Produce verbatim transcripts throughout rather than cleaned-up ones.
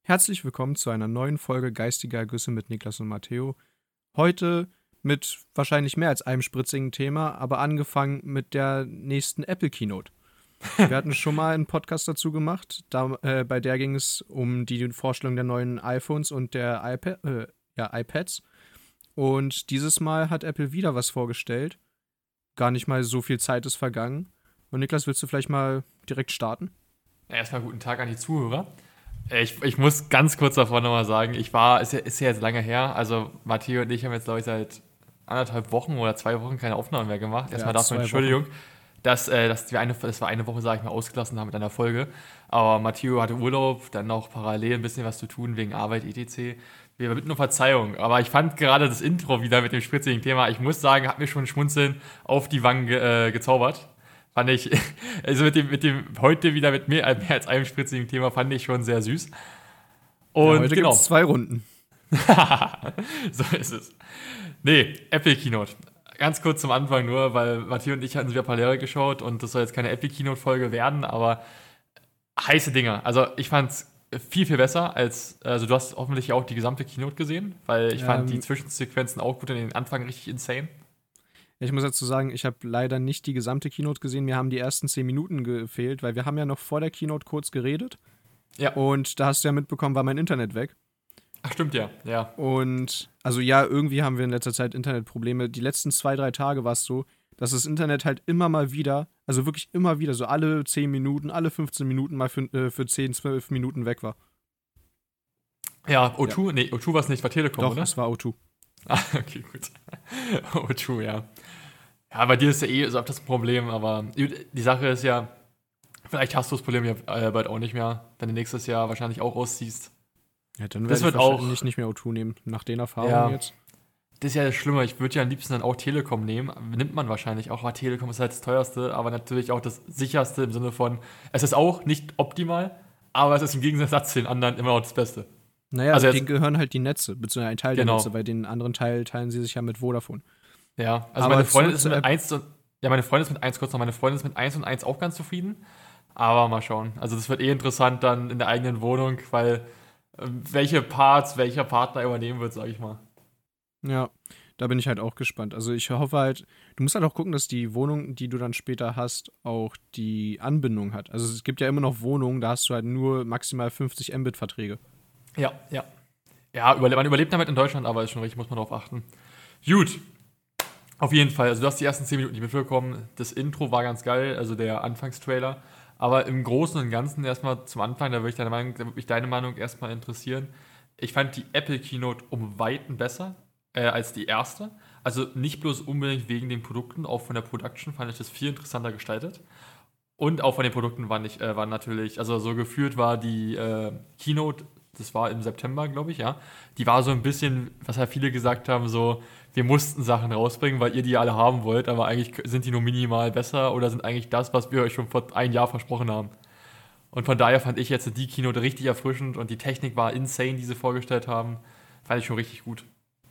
Herzlich willkommen zu einer neuen Folge Geistige Ergüsse mit Niklas und Matteo. Heute mit wahrscheinlich mehr als einem spritzigen Thema, aber angefangen mit der nächsten Apple Keynote. Wir hatten schon mal einen Podcast dazu gemacht, da, äh, bei der ging es um die Vorstellung der neuen iPhones und der iPad, äh, ja, iPads. Und dieses Mal hat Apple wieder was vorgestellt. Gar nicht mal so viel Zeit ist vergangen. Und Niklas, willst du vielleicht mal direkt starten? Ja, erstmal guten Tag an die Zuhörer. Ich, ich muss ganz kurz davor nochmal sagen, ich war, ist ja, ist ja jetzt lange her, also Matteo und ich haben jetzt, glaube ich, seit anderthalb Wochen oder zwei Wochen keine Aufnahmen mehr gemacht. Erstmal Ja, dafür zwei Entschuldigung, dass, äh, dass wir eine, das war eine Woche, sage ich mal, ausgelassen haben mit einer Folge. Aber Matteo hatte Urlaub, dann noch parallel ein bisschen was zu tun wegen Arbeit, et cetera. Wir bitten um Verzeihung, aber ich fand gerade das Intro wieder mit dem spritzigen Thema, ich muss sagen, hat mir schon ein Schmunzeln auf die Wangen ge, äh, gezaubert. Fand ich, also mit dem, mit dem heute wieder mit mehr, mehr als einem spritzigen Thema fand ich schon sehr süß. Und ja, heute genau. gibt es zwei Runden. So ist es. Nee, Apple Keynote. Ganz kurz zum Anfang nur, weil Matthias und ich hatten wieder parallel geschaut und das soll jetzt keine Apple Keynote-Folge werden, aber heiße Dinger. Also ich fand's viel, viel besser als, also du hast hoffentlich auch die gesamte Keynote gesehen, weil ich Ähm, fand die Zwischensequenzen auch gut und den Anfang richtig insane. Ich muss dazu sagen, ich habe leider nicht die gesamte Keynote gesehen. Mir haben die ersten zehn Minuten gefehlt, weil wir haben ja noch vor der Keynote kurz geredet. Ja. Und da hast du ja mitbekommen, war mein Internet weg. Ach, stimmt, ja. Ja. Und, also ja, irgendwie haben wir in letzter Zeit Internetprobleme. Die letzten zwei, drei Tage war es so, dass das Internet halt immer mal wieder, also wirklich immer wieder, so alle zehn Minuten, alle fünfzehn Minuten mal für, äh, für zehn, zwölf Minuten weg war. Ja, O zwei, ja. nee, O zwei war es nicht, war Telekom, Doch, oder? es war O zwei. Ah, okay, gut. O zwei, ja. Ja, bei dir ist ja eh so das Problem, aber die Sache ist ja, vielleicht hast du das Problem ja äh, bald auch nicht mehr, wenn du nächstes Jahr wahrscheinlich auch ausziehst. Ja, dann Das werde ich wird wahrscheinlich auch- nicht mehr O zwei nehmen, nach den Erfahrungen Ja. jetzt. Das ist ja das Schlimme, ich würde ja am liebsten dann auch Telekom nehmen. Nimmt man wahrscheinlich auch, aber Telekom ist halt das teuerste, aber natürlich auch das sicherste im Sinne von, es ist auch nicht optimal, aber es ist im Gegensatz zu den anderen immer noch das Beste. Naja, Also also jetzt- denen gehören halt die Netze, beziehungsweise ein Teil Genau. der Netze, weil den anderen Teil teilen sie sich ja mit Vodafone. Ja, also Aber meine Freundin zurück ist zur mit App. eins und, ja, meine Freundin ist mit eins, kurz noch, meine Freundin ist mit eins und eins auch ganz zufrieden. Aber mal schauen. Also das wird eh interessant dann in der eigenen Wohnung, weil ähm, welche Parts, welcher Partner übernehmen wird, sage ich mal. Ja, da bin ich halt auch gespannt. Also ich hoffe halt, du musst halt auch gucken, dass die Wohnung, die du dann später hast, auch die Anbindung hat. Also es gibt ja immer noch Wohnungen, da hast du halt nur maximal fünfzig Mbit-Verträge. Ja, ja. Ja, überle man überlebt damit in Deutschland, aber ist schon richtig, muss man darauf achten. Gut. Auf jeden Fall, also du hast die ersten zehn Minuten nicht mitbekommen. Das Intro war ganz geil, also der Anfangstrailer. Aber im Großen und Ganzen erstmal zum Anfang, da würde ich deine Meinung, da würde mich deine Meinung erstmal interessieren. Ich fand die Apple Keynote um Weiten besser äh, als die erste. Also nicht bloß unbedingt wegen den Produkten, auch von der Production fand ich das viel interessanter gestaltet. Und auch von den Produkten waren, nicht, äh, waren natürlich, also so gefühlt war die äh, Keynote, das war im September, glaube ich, ja. Die war so ein bisschen, was halt viele gesagt haben, so, wir mussten Sachen rausbringen, weil ihr die alle haben wollt, aber eigentlich sind die nur minimal besser oder sind eigentlich das, was wir euch schon vor ein Jahr versprochen haben. Und von daher fand ich jetzt die Keynote richtig erfrischend und die Technik war insane, die sie vorgestellt haben. Fand ich schon richtig gut.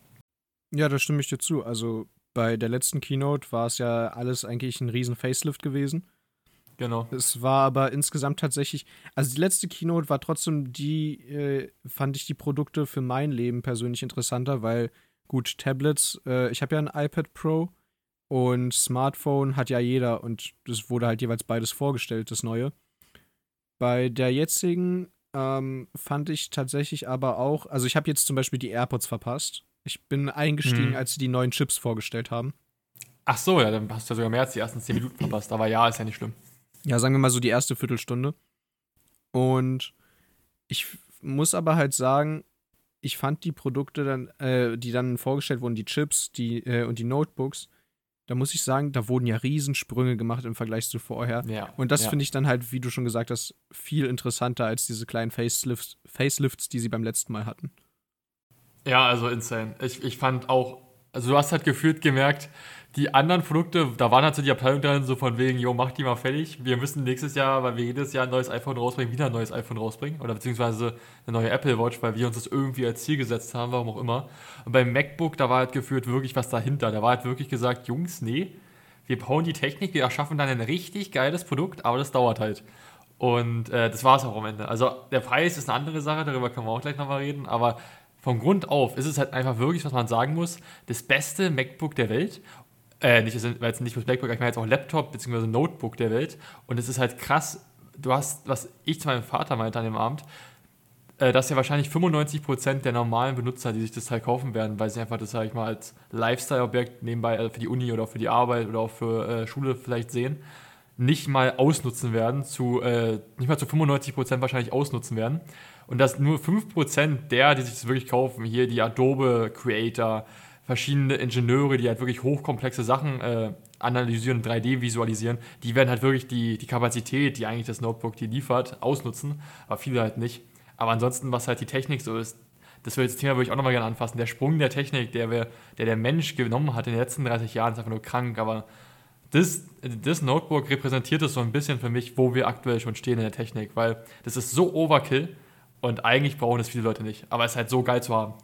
Ja, da stimme ich dir zu. Also bei der letzten Keynote war es ja alles eigentlich ein riesen Facelift gewesen. Genau. Es war aber insgesamt tatsächlich, also die letzte Keynote war trotzdem die, äh, fand ich die Produkte für mein Leben persönlich interessanter, weil gut, Tablets, äh, ich habe ja ein iPad Pro und Smartphone hat ja jeder und es wurde halt jeweils beides vorgestellt, das Neue. Bei der jetzigen ähm, fand ich tatsächlich aber auch, also ich habe jetzt zum Beispiel die AirPods verpasst. Ich bin eingestiegen, Mhm. als sie die neuen Chips vorgestellt haben. Ach so, ja, dann hast du ja sogar mehr als die ersten zehn Minuten verpasst. Aber ja, ist ja nicht schlimm. Ja, sagen wir mal so die erste Viertelstunde. Und ich f- muss aber halt sagen, ich fand die Produkte dann, äh, die dann vorgestellt wurden, die Chips, die äh, und die Notebooks, da muss ich sagen, da wurden ja Riesensprünge gemacht im Vergleich zu vorher. Ja. Und das ja. finde ich dann halt, wie du schon gesagt hast, viel interessanter als diese kleinen Facelifts, Facelifts, die sie beim letzten Mal hatten. Ja, also insane. Ich, ich fand auch, also du hast halt gefühlt gemerkt, die anderen Produkte, da waren halt so die Abteilung drin, so von wegen, jo, mach die mal fertig. Wir müssen nächstes Jahr, weil wir jedes Jahr ein neues iPhone rausbringen, wieder ein neues iPhone rausbringen. Oder beziehungsweise eine neue Apple Watch, weil wir uns das irgendwie als Ziel gesetzt haben, warum auch immer. Und beim MacBook, da war halt gefühlt wirklich was dahinter. Da war halt wirklich gesagt, Jungs, nee, wir bauen die Technik, wir erschaffen dann ein richtig geiles Produkt, aber das dauert halt. Und äh, das war es auch am Ende. Also der Preis ist eine andere Sache, darüber können wir auch gleich nochmal reden, aber von Grund auf ist es halt einfach wirklich, was man sagen muss, das beste MacBook der Welt. Äh, nicht, weil jetzt nicht bloß MacBook, ich meine jetzt auch Laptop bzw. Notebook der Welt. Und es ist halt krass, du hast, was ich zu meinem Vater meinte an dem Abend, äh, dass ja wahrscheinlich fünfundneunzig Prozent der normalen Benutzer, die sich das Teil kaufen werden, weil sie einfach das, sag ich mal, als Lifestyle-Objekt nebenbei also für die Uni oder für die Arbeit oder auch für äh, Schule vielleicht sehen, nicht mal ausnutzen werden, zu, äh, nicht mal zu fünfundneunzig Prozent wahrscheinlich ausnutzen werden. Und dass nur fünf Prozent der, die sich das wirklich kaufen, hier die Adobe Creator, verschiedene Ingenieure, die halt wirklich hochkomplexe Sachen äh, analysieren und drei D visualisieren, die werden halt wirklich die, die Kapazität, die eigentlich das Notebook die liefert, ausnutzen, aber viele halt nicht. Aber ansonsten, was halt die Technik so ist, das will das Thema würde ich auch nochmal gerne anfassen. Der Sprung der Technik, der, wir, der der Mensch genommen hat in den letzten dreißig Jahren, ist einfach nur krank, aber das, das Notebook repräsentiert es so ein bisschen für mich, wo wir aktuell schon stehen in der Technik, weil das ist so Overkill und eigentlich brauchen das viele Leute nicht, aber es ist halt so geil zu haben.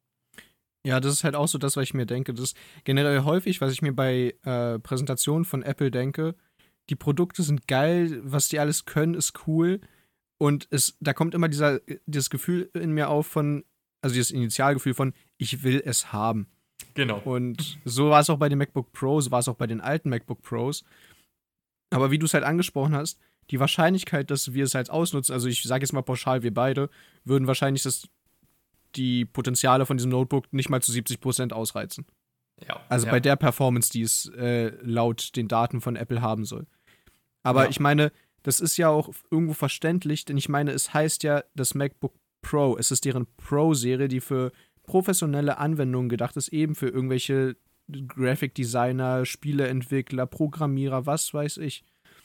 Ja, das ist halt auch so das, was ich mir denke. Das ist generell häufig, was ich mir bei äh, Präsentationen von Apple denke. Die Produkte sind geil, was die alles können, ist cool. Und es, da kommt immer dieser, dieses Gefühl in mir auf von, also dieses Initialgefühl von, ich will es haben. Genau. Und so war es auch bei den MacBook Pro, so war es auch bei den alten MacBook Pros. Aber wie du es halt angesprochen hast, die Wahrscheinlichkeit, dass wir es halt ausnutzen, also ich sage jetzt mal pauschal, wir beide, würden wahrscheinlich das, die Potenziale von diesem Notebook nicht mal zu siebzig Prozent ausreizen. Ja. Also ja. bei der Performance, die es äh, laut den Daten von Apple haben soll. Aber Ja. ich meine, das ist ja auch irgendwo verständlich, denn ich meine, es heißt ja das MacBook Pro. Es ist deren Pro-Serie, die für professionelle Anwendungen gedacht ist, eben für irgendwelche Graphic-Designer, Spieleentwickler, Programmierer, was weiß ich.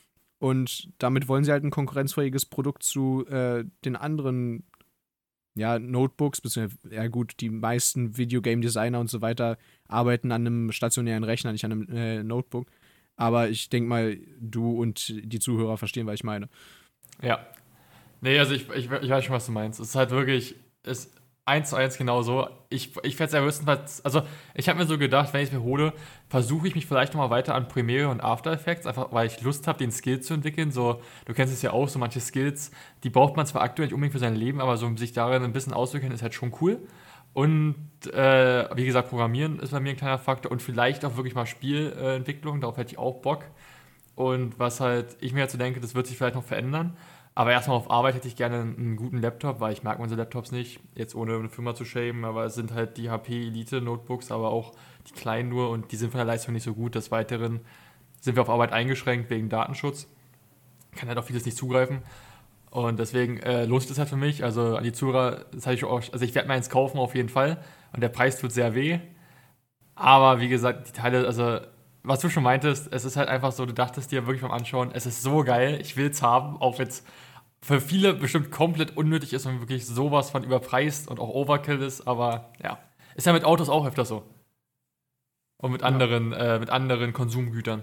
Und damit wollen sie halt ein konkurrenzfähiges Produkt zu äh, den anderen ja, Notebooks, beziehungsweise, ja gut, die meisten Videogame-Designer und so weiter arbeiten an einem stationären Rechner, nicht an einem äh, Notebook. Aber ich denke mal, du und die Zuhörer verstehen, was ich meine. Ja. Nee, also ich, ich, ich weiß schon, was du meinst. Es ist halt wirklich, es ist eins zu eins genau so. Ich, ich werde es ja höchstens, also ich habe mir so gedacht, wenn ich es mir hole, versuche ich mich vielleicht nochmal weiter an Premiere und After Effects, einfach weil ich Lust habe, den Skill zu entwickeln. So, du kennst es ja auch, so manche Skills, die braucht man zwar aktuell nicht unbedingt für sein Leben, aber so um sich darin ein bisschen auszukennen, ist halt schon cool. Und äh, wie gesagt, Programmieren ist bei mir ein kleiner Faktor und vielleicht auch wirklich mal Spielentwicklung, darauf hätte ich auch Bock. Und was halt ich mir jetzt so denke, das wird sich vielleicht noch verändern. Aber erstmal auf Arbeit hätte ich gerne einen guten Laptop, weil ich mag unsere Laptops nicht, jetzt ohne eine Firma zu shamen, aber es sind halt die H P Elite Notebooks, aber auch die kleinen nur und die sind von der Leistung nicht so gut. Des Weiteren sind wir auf Arbeit eingeschränkt wegen Datenschutz. Kann halt auf vieles nicht zugreifen. Und deswegen äh, lohnt sich das halt für mich. Also an die Zuhörer, das habe ich auch, also ich werde mir eins kaufen auf jeden Fall. Und der Preis tut sehr weh. Aber wie gesagt, die Teile, also was du schon meintest, es ist halt einfach so, du dachtest dir wirklich beim Anschauen, es ist so geil, ich will es haben, auch wenn es für viele bestimmt komplett unnötig ist und wirklich sowas von überpreist und auch Overkill ist, aber ja, ist ja mit Autos auch öfter so. Und mit anderen, ja. äh, mit anderen Konsumgütern.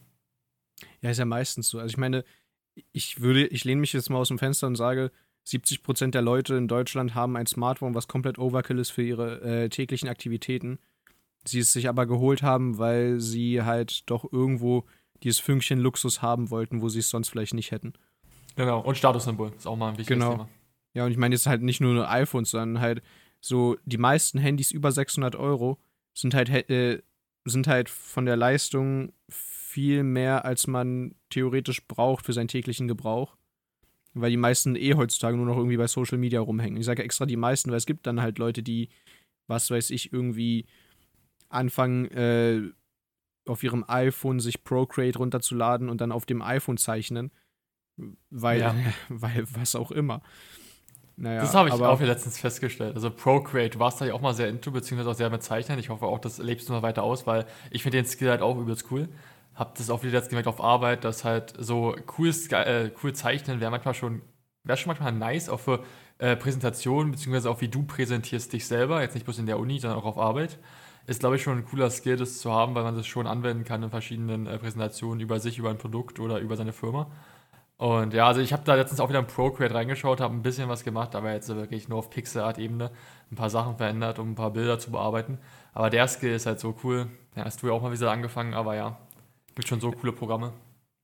Ja, ist ja meistens so. Also ich meine, ich würde, ich lehne mich jetzt mal aus dem Fenster und sage, siebzig Prozent der Leute in Deutschland haben ein Smartphone, was komplett Overkill ist für ihre äh, täglichen Aktivitäten. Sie es sich aber geholt haben, weil sie halt doch irgendwo dieses Fünkchen Luxus haben wollten, wo sie es sonst vielleicht nicht hätten. Genau, und Statussymbol ist auch mal ein wichtiges genau. Thema. Ja, und ich meine jetzt halt nicht nur iPhones, sondern halt so die meisten Handys über sechshundert Euro sind halt, äh, sind halt von der Leistung viel mehr, als man theoretisch braucht für seinen täglichen Gebrauch. Weil die meisten eh heutzutage nur noch irgendwie bei Social Media rumhängen. Ich sage extra die meisten, weil es gibt dann halt Leute, die, was weiß ich, irgendwie anfangen, äh, auf ihrem iPhone sich Procreate runterzuladen und dann auf dem iPhone zeichnen. Weil, Ja. weil was auch immer. Naja, das habe ich aber auch hier letztens festgestellt. Also Procreate, du warst da ja auch mal sehr into, beziehungsweise auch sehr mit Zeichnen. Ich hoffe auch, das lebst du noch weiter aus, weil ich finde den Skill halt auch übelst cool. Hab das auch wieder jetzt gemerkt auf Arbeit, dass halt so cool, äh, cool zeichnen wäre manchmal schon, wäre schon manchmal nice, auch für äh, Präsentationen, beziehungsweise auch wie du präsentierst dich selber, jetzt nicht bloß in der Uni, sondern auch auf Arbeit. Ist, glaube ich, schon ein cooler Skill, das zu haben, weil man das schon anwenden kann in verschiedenen äh, Präsentationen über sich, über ein Produkt oder über seine Firma. Und ja, also ich habe da letztens auch wieder in Procreate reingeschaut, habe ein bisschen was gemacht, aber jetzt wirklich nur auf Pixelart-Ebene ein paar Sachen verändert, um ein paar Bilder zu bearbeiten. Aber der Skill ist halt so cool. Ja, hast du ja auch mal wieder angefangen, aber ja, gibt schon so coole Programme.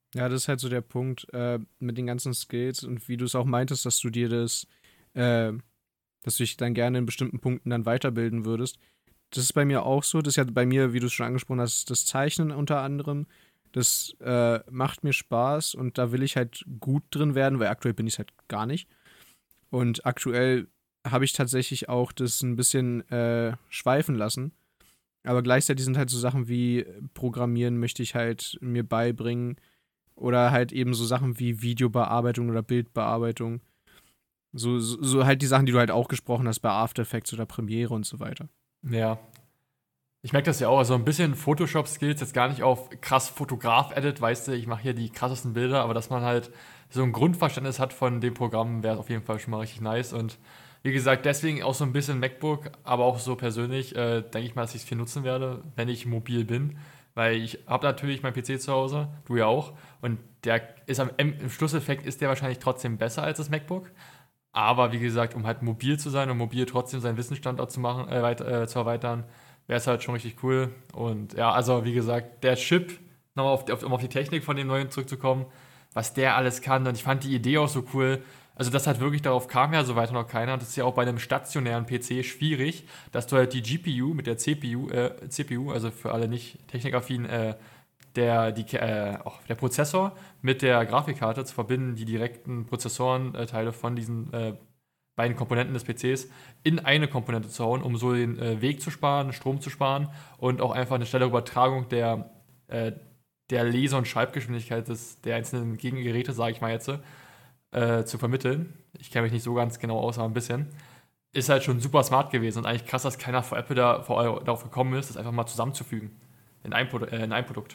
Ja, das ist halt so der Punkt äh, mit den ganzen Skills und wie du es auch meintest, dass du dir das, äh, dass du dich dann gerne in bestimmten Punkten dann weiterbilden würdest. Das ist bei mir auch so. Das ist ja bei mir, wie du es schon angesprochen hast, das Zeichnen unter anderem. Das äh, macht mir Spaß und da will ich halt gut drin werden, weil aktuell bin ich es halt gar nicht. Und aktuell habe ich tatsächlich auch das ein bisschen äh, schweifen lassen. Aber gleichzeitig sind halt so Sachen wie Programmieren möchte ich halt mir beibringen. Oder halt eben so Sachen wie Videobearbeitung oder Bildbearbeitung. So, so, so halt die Sachen, die du halt auch gesprochen hast bei After Effects oder Premiere und so weiter. Ja. Ich merke das ja auch, also ein bisschen Photoshop-Skills, jetzt gar nicht auf krass Fotograf-Edit, weißt du, ich mache hier die krassesten Bilder, aber dass man halt so ein Grundverständnis hat von dem Programm, wäre auf jeden Fall schon mal richtig nice. Und wie gesagt, deswegen auch so ein bisschen MacBook, aber auch so persönlich, äh, denke ich mal, dass ich es viel nutzen werde, wenn ich mobil bin. Weil ich habe natürlich meinen P C zu Hause, du ja auch. Und der ist am, im Schlusseffekt ist der wahrscheinlich trotzdem besser als das MacBook. Aber wie gesagt, um halt mobil zu sein und mobil trotzdem seinen Wissensstandort zu machen, äh, weit, äh, zu erweitern, wäre es halt schon richtig cool. Und ja, also wie gesagt, der Chip, nochmal auf, auf, um auf die Technik von dem neuen zurückzukommen, was der alles kann. Und ich fand die Idee auch so cool. Also das halt wirklich, darauf kam ja so weiter noch keiner. Das ist ja auch bei einem stationären P C schwierig, dass du halt die G P U mit der C P U, äh, C P U, also für alle nicht technikaffin, äh, der, die, äh, auch der Prozessor mit der Grafikkarte zu verbinden, die direkten Prozessorenteile von diesen äh, beiden Komponenten des P Cs in eine Komponente zu hauen, um so den äh, Weg zu sparen, Strom zu sparen und auch einfach eine schnellere Übertragung der, äh, der Leser- und Schreibgeschwindigkeit des, der einzelnen Gegengeräte, sage ich mal jetzt, äh, zu vermitteln. Ich kenne mich nicht so ganz genau aus, aber ein bisschen. Ist halt schon super smart gewesen und eigentlich krass, dass keiner vor Apple da, vor, darauf gekommen ist, das einfach mal zusammenzufügen in ein, Produ äh, in ein Produkt.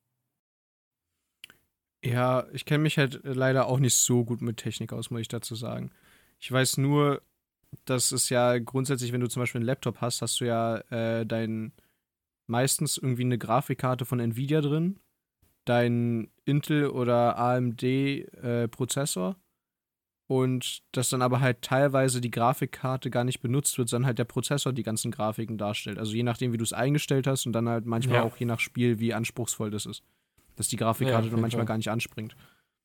Ja, ich kenne mich halt leider auch nicht so gut mit Technik aus, muss ich dazu sagen. Ich weiß nur, dass es ja grundsätzlich, wenn du zum Beispiel einen Laptop hast, hast du ja äh, dein meistens irgendwie eine Grafikkarte von Nvidia drin, dein Intel oder A M D-Prozessor und dass dann aber halt teilweise die Grafikkarte gar nicht benutzt wird, sondern halt der Prozessor die ganzen Grafiken darstellt. Also je nachdem, wie du es eingestellt hast und dann halt manchmal Ja. auch je nach Spiel, wie anspruchsvoll das ist. Dass die Ja, Grafikkarte auf dann jeden manchmal Fall. gar nicht anspringt.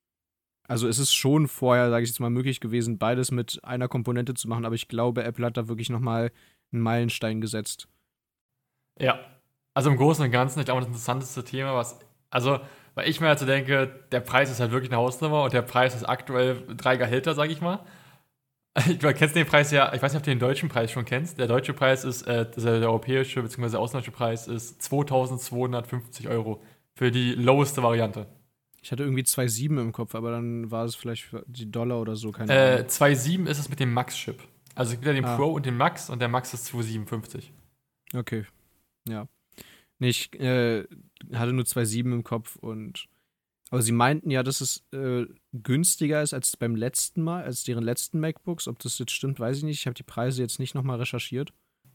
Also es ist schon vorher, sage ich jetzt mal, möglich gewesen, beides mit einer Komponente zu machen, aber ich glaube, Apple hat da wirklich nochmal einen Meilenstein gesetzt. Ja. Also im Großen und Ganzen, ich glaube, das interessanteste Thema, was, also, weil ich mir halt so denke, der Preis ist halt wirklich eine Hausnummer und der Preis ist aktuell drei Gehälter, sag ich mal. Du kennst den Preis ja, ich weiß nicht, ob du den deutschen Preis schon kennst. Der deutsche Preis ist, äh, das ist ja der europäische bzw. der ausländische Preis ist zweitausendzweihundertfünfzig Euro für die loweste Variante. Ich hatte irgendwie zwei Komma sieben im Kopf, aber dann war es vielleicht die Dollar oder so, keine Äh, Ahnung. zwei Komma sieben ist es mit dem Max-Chip. Also es gibt ja den Ah, Pro und den Max und der Max ist zweitausendsiebenundfünfzig. okay, ja. Nee, ich äh, hatte nur zwei Komma sieben im Kopf und aber sie meinten ja, dass es äh, günstiger ist als beim letzten Mal, als deren letzten MacBooks. Ob das jetzt stimmt, weiß ich nicht. Ich habe die Preise jetzt nicht nochmal recherchiert.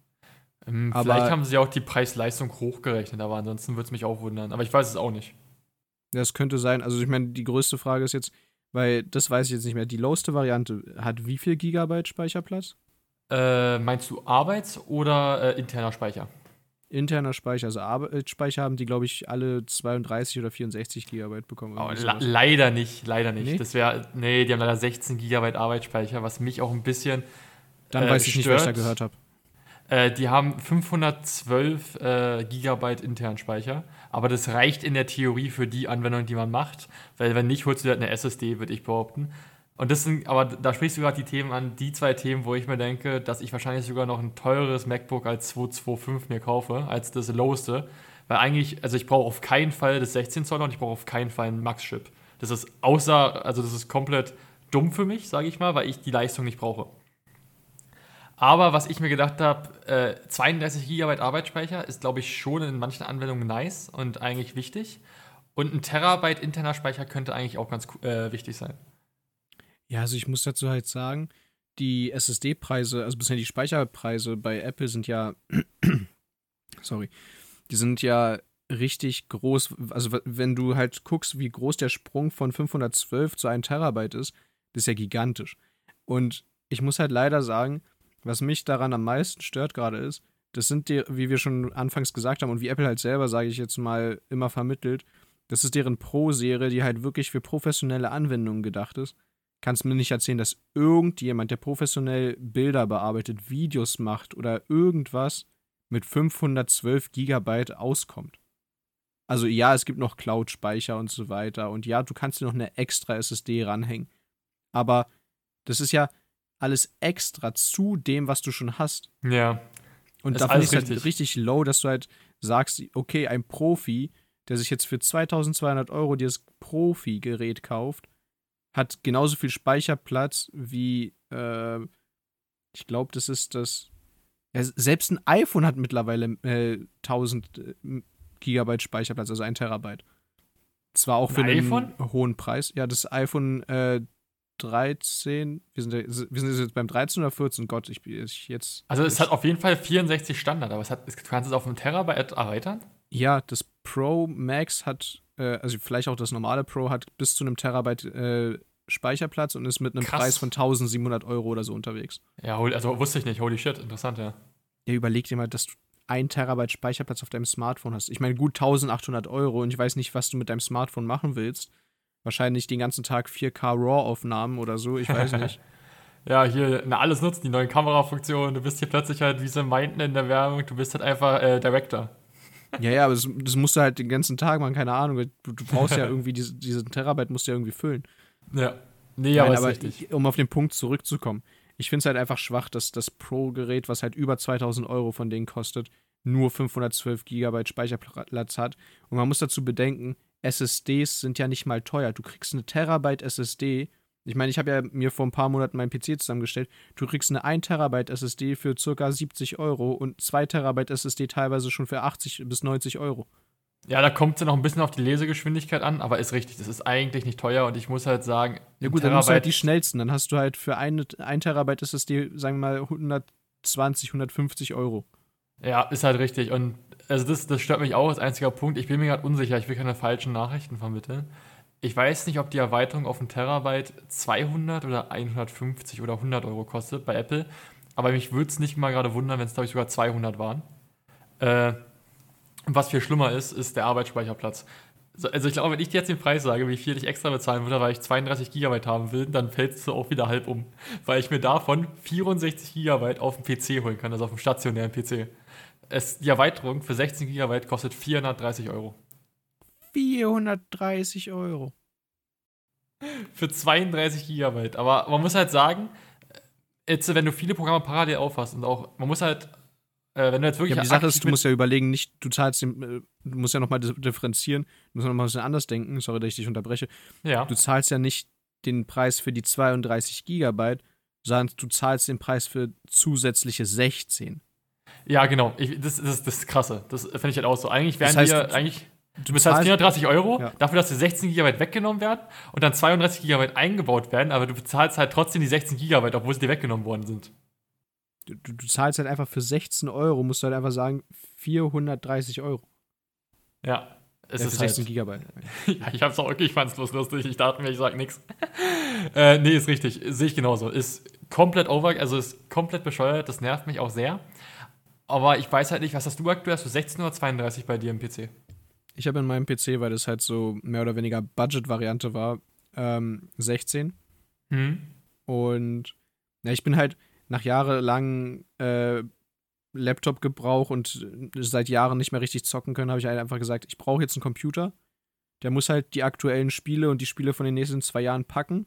Ähm, vielleicht Aber haben sie auch die Preis-Leistung hochgerechnet, aber ansonsten würde es mich auch wundern. Aber ich weiß es auch nicht. das könnte sein. Also ich meine, die größte Frage ist jetzt, weil das weiß ich jetzt nicht mehr. Die lowste Variante hat wie viel Gigabyte Speicherplatz? Äh, meinst du Arbeits- oder äh, interner Speicher? Interner Speicher, also Arbeitsspeicher haben die, glaube ich, alle zweiunddreißig oder vierundsechzig Gigabyte bekommen. Oh, Irgendwie le sowas. leider nicht, leider nicht. Nee? Das wäre, nee, die haben leider sechzehn Gigabyte Arbeitsspeicher, was mich auch ein bisschen Dann äh, weiß ich nicht, was ich da stört. gehört habe. Äh, die haben fünfhundertzwölf äh, Gigabyte internen Speicher, aber das reicht in der Theorie für die Anwendung, die man macht, weil wenn nicht, holst du halt eine S S D, würde ich behaupten. Und das sind, aber da sprichst du gerade die Themen an, die zwei Themen, wo ich mir denke, dass ich wahrscheinlich sogar noch ein teureres MacBook als zweihunderfünfundzwanzig mir kaufe, als das loweste. Weil eigentlich, also ich brauche auf keinen Fall das sechzehn Zoll und ich brauche auf keinen Fall einen Max-Chip. Das ist außer, also das ist komplett dumm für mich, sage ich mal, weil ich die Leistung nicht brauche. Aber was ich mir gedacht habe, äh, zweiunddreißig Gigabyte Arbeitsspeicher ist, glaube ich, schon in manchen Anwendungen nice und eigentlich wichtig. Und ein Terabyte interner Speicher könnte eigentlich auch ganz äh, wichtig sein. Ja, also ich muss dazu halt sagen, die S S D-Preise, also bisher die Speicherpreise bei Apple sind ja, sorry, die sind ja richtig groß. Also w- wenn du halt guckst, wie groß der Sprung von fünfhundertzwölf zu einem Terabyte ist, das ist ja gigantisch. Und ich muss halt leider sagen, was mich daran am meisten stört gerade ist, das sind die, wie wir schon anfangs gesagt haben und wie Apple halt selber, sage ich jetzt mal, immer vermittelt, Das ist deren Pro-Serie, die halt wirklich für professionelle Anwendungen gedacht ist. Kannst mir nicht erzählen, dass irgendjemand, der professionell Bilder bearbeitet, Videos macht oder irgendwas mit fünfhundertzwölf Gigabyte auskommt. Also ja, es gibt noch Cloud-Speicher und so weiter. Und ja, du kannst dir noch eine extra S S D ranhängen. Aber das ist ja alles extra zu dem, was du schon hast. Ja. Und da finde ich es halt richtig low, dass du halt sagst, okay, ein Profi, der sich jetzt für zweitausendzweihundert Euro dieses Profi-Gerät kauft, hat genauso viel Speicherplatz wie, äh, ich glaube, das ist das, ja, selbst ein iPhone hat mittlerweile äh, tausend äh, Gigabyte Speicherplatz, also ein Terabyte. Zwar auch für einen iPhone? hohen Preis. Ja, das iPhone äh, dreizehn, wir sind, wir sind jetzt beim dreizehn oder vierzehn, Gott, ich bin jetzt... Also es jetzt, hat auf jeden Fall vierundsechzig Standard, aber es hat, kannst du es auf einen Terabyte erweitern? Ja, das Pro Max hat, äh, also vielleicht auch das normale Pro hat bis zu einem Terabyte äh, Speicherplatz und ist mit einem Krass. Preis von tausendsiebenhundert Euro oder so unterwegs. Ja, also wusste ich nicht, holy shit, interessant, ja. Ja, überleg dir mal, dass du ein Terabyte Speicherplatz auf deinem Smartphone hast. Ich meine, gut eintausendachthundert Euro und ich weiß nicht, was du mit deinem Smartphone machen willst. Wahrscheinlich den ganzen Tag vier K RAW-Aufnahmen oder so, ich weiß nicht. Ja, hier, na, alles nutzen, die neuen Kamerafunktionen, du bist hier plötzlich halt, wie sie meinten in der Werbung, du bist halt einfach äh, Director. Ja, ja, aber das, das musst du halt den ganzen Tag machen, keine Ahnung. Du, du brauchst ja irgendwie, diese, diesen Terabyte musst du ja irgendwie füllen. Ja. Nee, Nein, aber, aber ist richtig. ich, um auf den Punkt zurückzukommen. Ich finde es halt einfach schwach, dass das Pro-Gerät, was halt über zweitausend Euro von denen kostet, nur fünfhundertzwölf Gigabyte Speicherplatz hat. Und man muss dazu bedenken, S S Ds sind ja nicht mal teuer. Du kriegst eine Terabyte S S D. Ich meine, ich habe ja mir vor ein paar Monaten meinen P C zusammengestellt. Du kriegst eine ein Terabyte S S D für ca. siebzig Euro und zwei Terabyte S S D teilweise schon für achtzig bis neunzig Euro. Ja, da kommt es ja noch ein bisschen auf die Lesegeschwindigkeit an, aber ist richtig, das ist eigentlich nicht teuer und ich muss halt sagen, Ja gut, dann hast du halt die schnellsten. Dann hast du halt für eine ein Terabyte S S D, sagen wir mal, hundertzwanzig, hundertfünfzig Euro. Ja, ist halt richtig. Und also das, das stört mich auch als einziger Punkt. Ich bin mir gerade unsicher, ich will keine falschen Nachrichten vermitteln. Ich weiß nicht, ob die Erweiterung auf einen Terabyte zweihundert oder hundertfünfzig oder hundert Euro kostet bei Apple. Aber mich würde es nicht mal gerade wundern, wenn es, glaube ich, sogar zweihundert waren. Äh, und was viel schlimmer ist, ist der Arbeitsspeicherplatz. Also ich glaube, wenn ich dir jetzt den Preis sage, wie viel ich extra bezahlen würde, weil ich zweiunddreißig Gigabyte haben will, dann fällst du auch wieder halb um. Weil ich mir davon vierundsechzig Gigabyte auf dem P C holen kann, also auf dem stationären P C. Es, die Erweiterung für sechzehn Gigabyte kostet vierhundertdreißig Euro. vierhundertdreißig Euro. Für zweiunddreißig Gigabyte. Aber man muss halt sagen, jetzt, wenn du viele Programme parallel aufhast und auch, man muss halt, äh, wenn du jetzt wirklich. Ja, aber die Sache ist, du musst ja überlegen, nicht, du zahlst den, äh, du musst ja nochmal differenzieren, du musst nochmal ein bisschen anders denken, sorry, dass ich dich unterbreche. Ja. Du zahlst ja nicht den Preis für die zweiunddreißig Gigabyte, sondern du zahlst den Preis für zusätzliche sechzehn. Ja, genau. Ich, das, das, das ist krasse. Das finde ich halt auch so. Eigentlich wären Das heißt, wir, du- eigentlich, Du du bezahlst vierhundertdreißig Euro Ja. dafür, dass dir sechzehn Gigabyte weggenommen werden und dann zweiunddreißig Gigabyte eingebaut werden, aber du bezahlst halt trotzdem die sechzehn Gigabyte, obwohl sie dir weggenommen worden sind. Du, du, du zahlst halt einfach für sechzehn Euro, musst du halt einfach sagen, vierhundertdreißig Euro. Ja, es Ja, ist für sechzehn halt, Gigabyte. ja, ich hab's auch okay, ich fand's bloß lustig. Ich dachte mir, ich sag nix. äh, nee, ist richtig. Sehe ich genauso. Ist komplett over, also ist komplett bescheuert. Das nervt mich auch sehr. Aber ich weiß halt nicht, was hast du aktuell? Hast du sechzehn oder zweiunddreißig bei dir im P C? Ich habe in meinem P C, weil das halt so mehr oder weniger Budget-Variante war, ähm, sechzehn. Hm? Und ja, ich bin halt nach jahrelang äh, Laptop-Gebrauch und seit Jahren nicht mehr richtig zocken können, habe ich halt einfach gesagt, ich brauche jetzt einen Computer. Der muss halt die aktuellen Spiele und die Spiele von den nächsten zwei Jahren packen.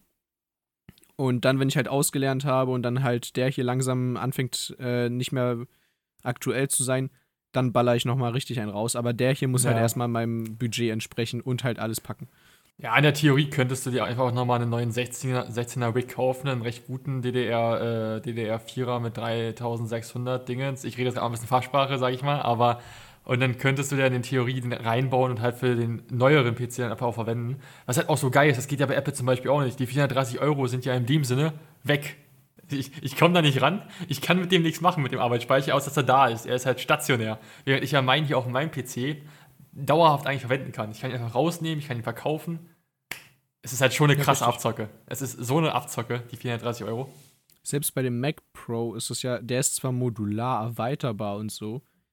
Und dann, wenn ich halt ausgelernt habe und dann halt der hier langsam anfängt, äh, nicht mehr aktuell zu sein, dann baller ich nochmal richtig einen raus. Aber der hier muss Ja. halt erstmal meinem Budget entsprechen und halt alles packen. Ja, in der Theorie könntest du dir einfach auch nochmal einen neuen sechzehner, sechzehner Rig kaufen, einen recht guten D D R, äh, D D R vierer mit dreitausendsechshundert Dingens. Ich rede jetzt gerade ein bisschen Fachsprache, sage ich mal, aber und dann könntest du dir in den Theorie den reinbauen und halt für den neueren P C dann einfach auch verwenden. Was halt auch so geil ist, das geht ja bei Apple zum Beispiel auch nicht. Die vierhundertdreißig Euro sind ja in dem Sinne weg. Ich, ich komme da nicht ran. Ich kann mit dem nichts machen, mit dem Arbeitsspeicher, außer dass er da ist. Er ist halt stationär. Während ich ja meinen hier auf meinem P C dauerhaft eigentlich verwenden kann. Ich kann ihn einfach rausnehmen, ich kann ihn verkaufen. Es ist halt schon eine Ja, krasse richtig. Abzocke. Es ist so eine Abzocke, die vierhundertdreißig Euro. Selbst bei dem Mac Pro ist es ja, der ist zwar modular erweiterbar und so,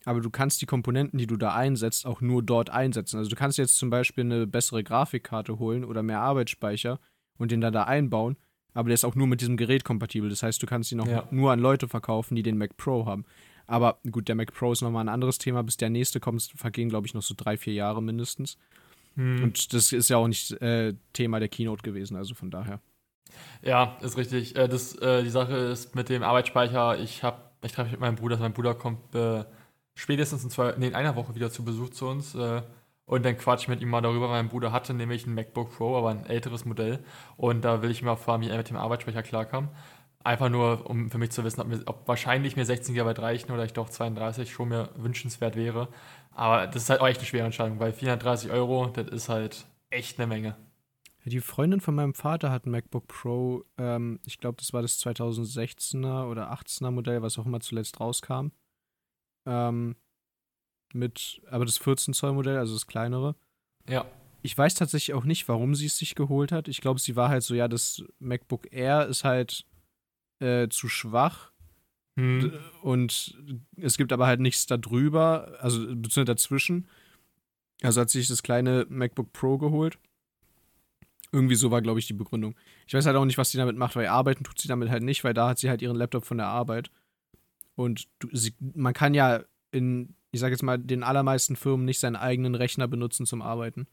aber du kannst die Komponenten, die du da einsetzt, auch nur dort einsetzen. Also du kannst jetzt zum Beispiel eine bessere Grafikkarte holen oder mehr Arbeitsspeicher und den dann da einbauen, aber der ist auch nur mit diesem Gerät kompatibel. Das heißt, du kannst ihn auch Ja. nur an Leute verkaufen, die den Mac Pro haben. Aber gut, der Mac Pro ist nochmal ein anderes Thema. Bis der nächste kommt, vergehen, glaube ich, noch so drei, vier Jahre mindestens. Hm. Und das ist ja auch nicht äh, Thema der Keynote gewesen, also von daher. Ja, ist richtig. Äh, das, äh, die Sache ist mit dem Arbeitsspeicher, ich habe, ich treffe mich mit meinem Bruder, mein Bruder kommt äh, spätestens in, zwei, nee, in einer Woche wieder zu Besuch zu uns äh, und dann quatsch ich mit ihm mal darüber. Mein Bruder hatte nämlich ein MacBook Pro, aber ein älteres Modell und da will ich mal fragen, wie er mit dem Arbeitsspeicher klarkam. Einfach nur, um für mich zu wissen, ob, mir, ob wahrscheinlich mir sechzehn Gigabyte reichen oder ich doch zweiunddreißig schon mir wünschenswert wäre. Aber das ist halt auch echt eine schwere Entscheidung, weil vierhundertdreißig Euro, das ist halt echt eine Menge. Die Freundin von meinem Vater hat ein MacBook Pro, ähm, ich glaube, das war das zweitausendsechzehner oder achtzehner Modell, was auch immer zuletzt rauskam. Ähm, mit, aber das vierzehn Zoll Modell, also das kleinere. Ja. Ich weiß tatsächlich auch nicht, warum sie es sich geholt hat. Ich glaube, sie war halt so, ja, das MacBook Air ist halt äh, zu schwach Hm. und es gibt aber halt nichts da drüber, also beziehungsweise dazwischen. Also hat sie sich das kleine MacBook Pro geholt. Irgendwie so war, glaube ich, die Begründung. Ich weiß halt auch nicht, was sie damit macht, weil arbeiten tut sie damit halt nicht, weil da hat sie halt ihren Laptop von der Arbeit. Und du, sie, man kann ja in, ich sag jetzt mal, den allermeisten Firmen nicht seinen eigenen Rechner benutzen zum Arbeiten.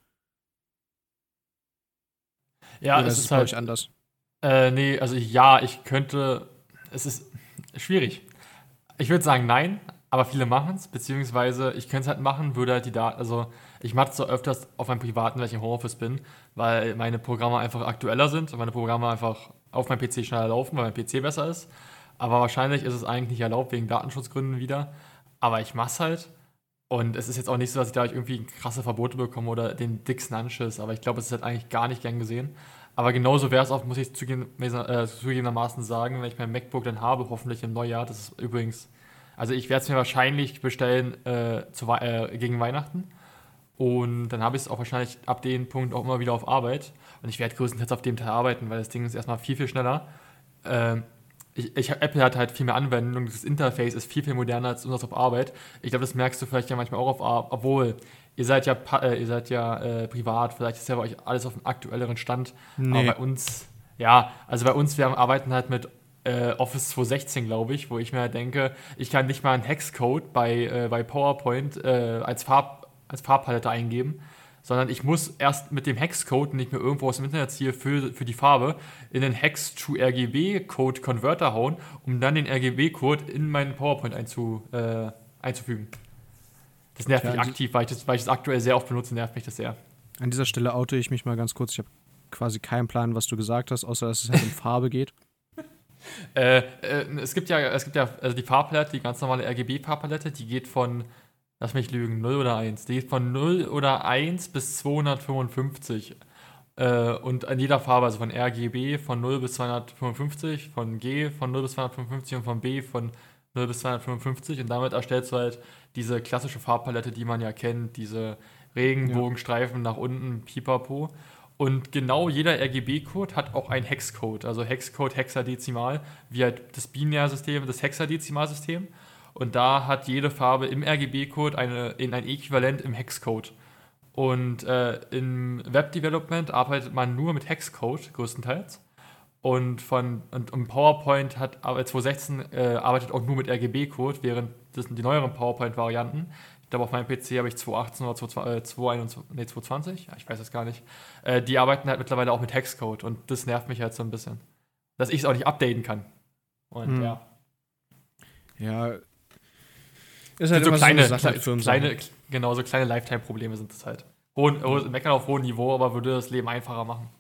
Ja, Oder es ist es ist bei euch halt, anders? äh, nee, also ja, ich könnte, es ist schwierig. Ich würde sagen nein, aber viele machen es, beziehungsweise ich könnte es halt machen, würde halt die Daten, also ich mache es so öfters auf meinem privaten, wenn ich im Homeoffice bin, weil meine Programme einfach aktueller sind und meine Programme einfach auf meinem P C schneller laufen, weil mein P C besser ist. Aber wahrscheinlich ist es eigentlich nicht erlaubt, wegen Datenschutzgründen wieder. Aber ich mache es halt. Und es ist jetzt auch nicht so, dass ich dadurch irgendwie krasse Verbote bekomme oder den dicksten Anschiss, aber ich glaube, es ist halt eigentlich gar nicht gern gesehen. Aber genauso wäre es auch, muss ich zugeben, äh, zugegebenermaßen sagen, wenn ich mein MacBook dann habe, hoffentlich im Neujahr. Das ist übrigens, also ich werde es mir wahrscheinlich bestellen äh, zu, Wei- äh, gegen Weihnachten. Und dann habe ich es auch wahrscheinlich ab dem Punkt auch immer wieder auf Arbeit. Und ich werde größtenteils auf dem Teil arbeiten, weil das Ding ist erstmal viel, viel schneller. Ähm, ich, ich, Apple hat halt viel mehr Anwendungen, das Interface ist viel, viel moderner als unseres auf Arbeit. Ich glaube, das merkst du vielleicht ja manchmal auch auf Arbeit, obwohl ihr seid ja, pa- äh, ihr seid ja äh, privat, vielleicht ist ja bei euch alles auf einem aktuelleren Stand, aber Nee. bei uns, ja, also bei uns, wir arbeiten halt mit äh, Office zweitausendsechzehn, glaube ich, wo ich mir halt denke, ich kann nicht mal einen Hexcode bei, äh, bei PowerPoint äh, als, Farb, als Farbpalette eingeben, sondern ich muss erst mit dem Hexcode, den ich mir irgendwo aus dem Internet ziehe für, für die Farbe, in den Hex-to-R G B-Code-Converter hauen, um dann den R G B-Code in meinen PowerPoint einzu, äh, einzufügen. Das nervt Tja, mich an, die, aktiv, weil ich, das, weil ich das aktuell sehr oft benutze, nervt mich das sehr. an dieser Stelle oute ich mich mal ganz kurz. Ich habe quasi keinen Plan, was du gesagt hast, außer dass es halt um Farbe geht. Äh, äh, es gibt ja, es gibt ja also die Farbpalette, die ganz normale R G B-Farbpalette, die geht von, lass mich lügen, null oder eins. Die geht von null oder eins bis zweihundertfünfundfünfzig. Äh, und an jeder Farbe, also von R G B von null bis zweihundertfünfundfünfzig, von G von null bis zweihundertfünfundfünfzig und von B von null bis zweihundertfünfundfünfzig. Und damit erstellst du halt diese klassische Farbpalette, die man ja kennt, diese Ja. Regenbogenstreifen nach unten, pipapo. Und genau jeder R G B-Code hat auch einen Hexcode, also Hexcode hexadezimal, wie halt das Binärsystem, das Hexadezimalsystem. Und da hat jede Farbe im R G B-Code eine, in ein Äquivalent im Hexcode. Und äh, im Web-Development arbeitet man nur mit Hexcode größtenteils. Und von und, und PowerPoint hat aber zweitausendsechzehn äh, arbeitet auch nur mit R G B-Code, während das sind die neueren PowerPoint-Varianten. Ich glaube, auf meinem P C habe ich zweitausendachtzehn oder zweitausendeinundzwanzig, nee, zweitausendzwanzig, ja, ich weiß es gar nicht. Äh, die arbeiten halt mittlerweile auch mit Hexcode und das nervt mich halt so ein bisschen. Dass ich es auch nicht updaten kann. Und Hm. ja. Ja. Ist Sind halt so immer kleine, so eine Sache mit kle- Firmensachen. kleine, genau, so kleine Lifetime-Probleme sind das halt. Hohen, hohes- Meckern auf hohem Niveau, aber würde das Leben einfacher machen.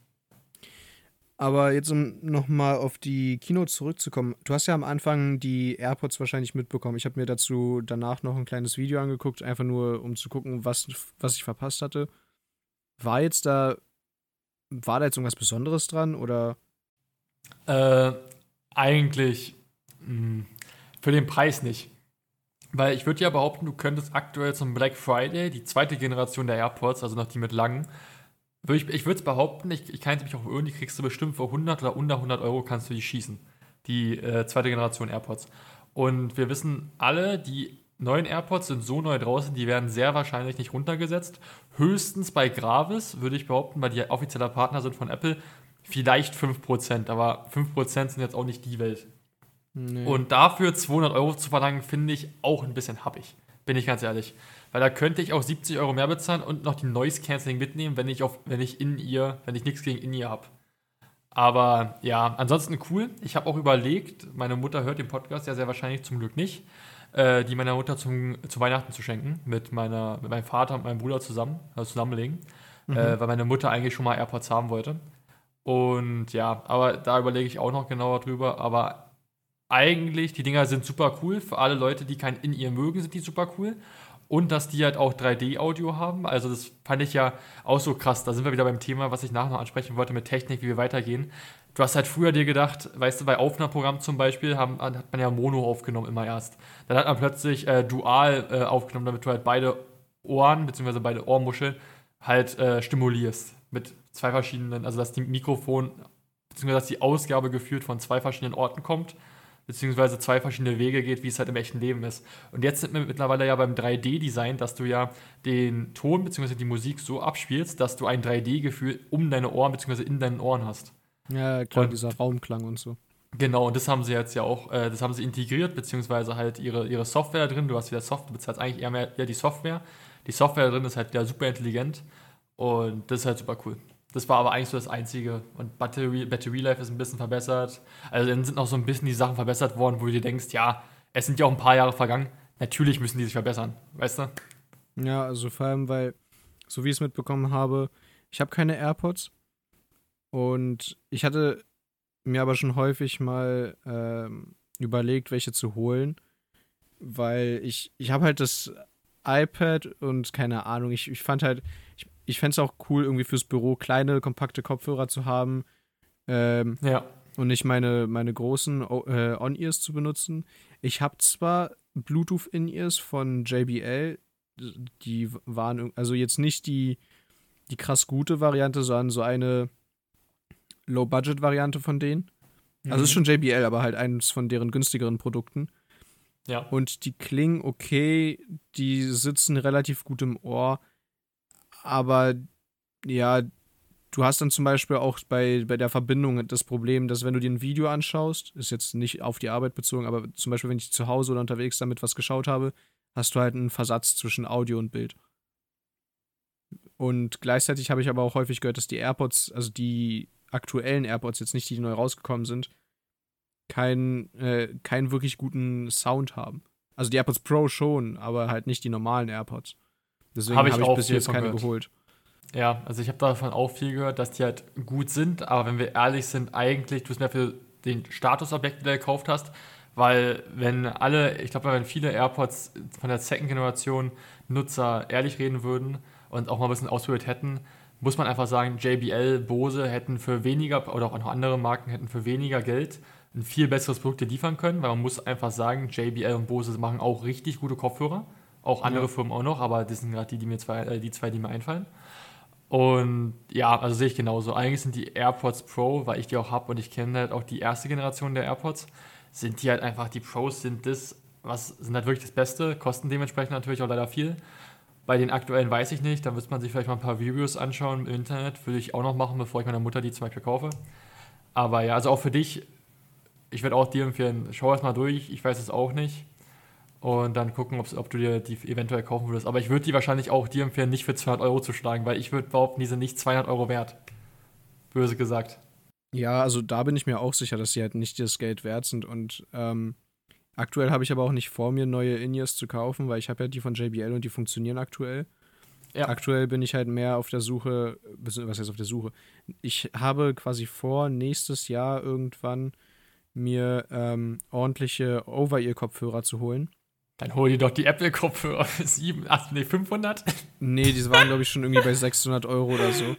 Aber jetzt, um nochmal auf die Keynote zurückzukommen. Du hast ja am Anfang die AirPods wahrscheinlich mitbekommen. Ich habe mir dazu danach noch ein kleines Video angeguckt, einfach nur, um zu gucken, was, was ich verpasst hatte. War jetzt da, war da jetzt irgendwas Besonderes dran oder? Äh, eigentlich mh, für den Preis nicht. Weil ich würde ja behaupten, du könntest aktuell zum Black Friday die zweite Generation der AirPods, also noch die mit langen, würd ich, ich würde es behaupten, ich, ich kann mich auch irgendwie, kriegst du bestimmt für hundert oder unter hundert Euro kannst du die schießen. Die äh, zweite Generation AirPods. Und wir wissen alle, die neuen AirPods sind so neu draußen, die werden sehr wahrscheinlich nicht runtergesetzt. Höchstens bei Gravis, würde ich behaupten, weil die offizieller Partner sind von Apple, vielleicht fünf Prozent. Aber fünf Prozent sind jetzt auch nicht die Welt. Nee. Und dafür zweihundert Euro zu verlangen, finde ich auch ein bisschen happig. Bin ich ganz ehrlich. Weil da könnte ich auch siebzig Euro mehr bezahlen und noch die Noise Cancelling mitnehmen, wenn ich auf, wenn ich in ihr, wenn ich nichts gegen in ihr habe. Aber ja, ansonsten cool. Ich habe auch überlegt, meine Mutter hört den Podcast ja sehr wahrscheinlich zum Glück nicht, äh, die meiner Mutter zum, zu Weihnachten zu schenken, mit, meiner, mit meinem Vater und meinem Bruder zusammen, also zusammenlegen, mhm. äh, weil meine Mutter eigentlich schon mal AirPods haben wollte. Und ja, aber da überlege ich auch noch genauer drüber. Aber eigentlich, die Dinger sind super cool. Für alle Leute, die kein In-Ear mögen, sind die super cool. Und dass die halt auch drei D-Audio haben. Also das fand ich ja auch so krass. Da sind wir wieder beim Thema, was ich nachher noch ansprechen wollte mit Technik, wie wir weitergehen. Du hast halt früher dir gedacht, weißt du, bei Aufnahmeprogrammen zum Beispiel haben, hat man ja Mono aufgenommen immer erst. Dann hat man plötzlich äh, Dual äh, aufgenommen, damit du halt beide Ohren, beziehungsweise beide Ohrmuscheln halt äh, stimulierst. Mit zwei verschiedenen, also dass die Mikrofon, beziehungsweise dass die Ausgabe geführt von zwei verschiedenen Orten kommt, beziehungsweise zwei verschiedene Wege geht, wie es halt im echten Leben ist. Und jetzt sind wir mittlerweile ja beim drei D-Design, dass du ja den Ton beziehungsweise die Musik so abspielst, dass du ein drei D-Gefühl um deine Ohren beziehungsweise in deinen Ohren hast. Ja, klar, und dieser Raumklang und so. Genau, und das haben sie jetzt ja auch, äh, das haben sie integriert, beziehungsweise halt ihre, ihre Software drin. Du hast wieder Software, du bezahlst eigentlich eher mehr eher die Software. Die Software drin ist halt ja super intelligent und das ist halt super cool. Das war aber eigentlich so das Einzige. Und Battery, Battery Life ist ein bisschen verbessert. Also dann sind noch so ein bisschen die Sachen verbessert worden, wo du dir denkst, ja, es sind ja auch ein paar Jahre vergangen. Natürlich müssen die sich verbessern, weißt du? Ja, also vor allem, weil, so wie ich es mitbekommen habe, ich habe keine AirPods. Und ich hatte mir aber schon häufig mal ähm, überlegt, welche zu holen. Weil ich, ich habe halt das iPad und keine Ahnung, ich, ich fand halt, ich, ich fände es auch cool, irgendwie fürs Büro kleine, kompakte Kopfhörer zu haben. Ähm, ja. Und nicht meine, meine großen äh, On-Ears zu benutzen. Ich habe zwar Bluetooth-In-Ears von J B L, die waren, also jetzt nicht die, die krass gute Variante, sondern so eine Low-Budget-Variante von denen. Mhm. Also es ist schon J B L, aber halt eines von deren günstigeren Produkten. Ja. Und die klingen okay, die sitzen relativ gut im Ohr, aber ja, du hast dann zum Beispiel auch bei, bei der Verbindung das Problem, dass wenn du dir ein Video anschaust, ist jetzt nicht auf die Arbeit bezogen, aber zum Beispiel, wenn ich zu Hause oder unterwegs damit was geschaut habe, hast du halt einen Versatz zwischen Audio und Bild. Und gleichzeitig habe ich aber auch häufig gehört, dass die AirPods, also die aktuellen AirPods, jetzt nicht die, die neu rausgekommen sind, keinen äh, keinen wirklich guten Sound haben. Also die AirPods Pro schon, aber halt nicht die normalen AirPods. Deswegen habe ich, hab ich bis jetzt keine gehört. geholt. Ja, also ich habe davon auch viel gehört, dass die halt gut sind, aber wenn wir ehrlich sind, eigentlich tust du mehr für den Statusobjekt, den du gekauft hast, weil wenn alle, ich glaube, wenn viele AirPods von der Second-Generation Nutzer ehrlich reden würden und auch mal ein bisschen ausprobiert hätten, muss man einfach sagen, J B L, Bose hätten für weniger, oder auch noch andere Marken hätten für weniger Geld ein viel besseres Produkt liefern können, weil man muss einfach sagen, J B L und Bose machen auch richtig gute Kopfhörer, auch andere ja. Firmen auch noch, aber das sind gerade die, die mir zwei, äh, die zwei, die mir einfallen. Und ja, also sehe ich genauso. Eigentlich sind die AirPods Pro, weil ich die auch habe und ich kenne halt auch die erste Generation der AirPods, sind die halt einfach, die Pros sind das, was sind halt wirklich das Beste, kosten dementsprechend natürlich auch leider viel. Bei den aktuellen weiß ich nicht, da müsste man sich vielleicht mal ein paar Reviews anschauen im Internet, würde ich auch noch machen, bevor ich meiner Mutter die zum Beispiel kaufe. Aber ja, also auch für dich, ich würde auch dir empfehlen, schau erst mal durch, ich weiß es auch nicht. Und dann gucken, ob du dir die eventuell kaufen würdest. Aber ich würde die wahrscheinlich auch dir empfehlen, nicht für zweihundert Euro zu schlagen, weil ich würde behaupten, die sind nicht zweihundert Euro wert. Böse gesagt. Ja, also da bin ich mir auch sicher, dass sie halt nicht das Geld wert sind. Und ähm, aktuell habe ich aber auch nicht vor, mir neue In-Ears zu kaufen, weil ich habe ja die von J B L und die funktionieren aktuell. Ja. Aktuell bin ich halt mehr auf der Suche, was heißt auf der Suche? Ich habe quasi vor, nächstes Jahr irgendwann mir ähm, ordentliche Over-Ear-Kopfhörer zu holen. Dann hol dir doch die Apple-Kopfhörer für sieben, acht, nee, fünfhundert. Nee, die waren, glaube ich, schon irgendwie bei sechshundert Euro oder so.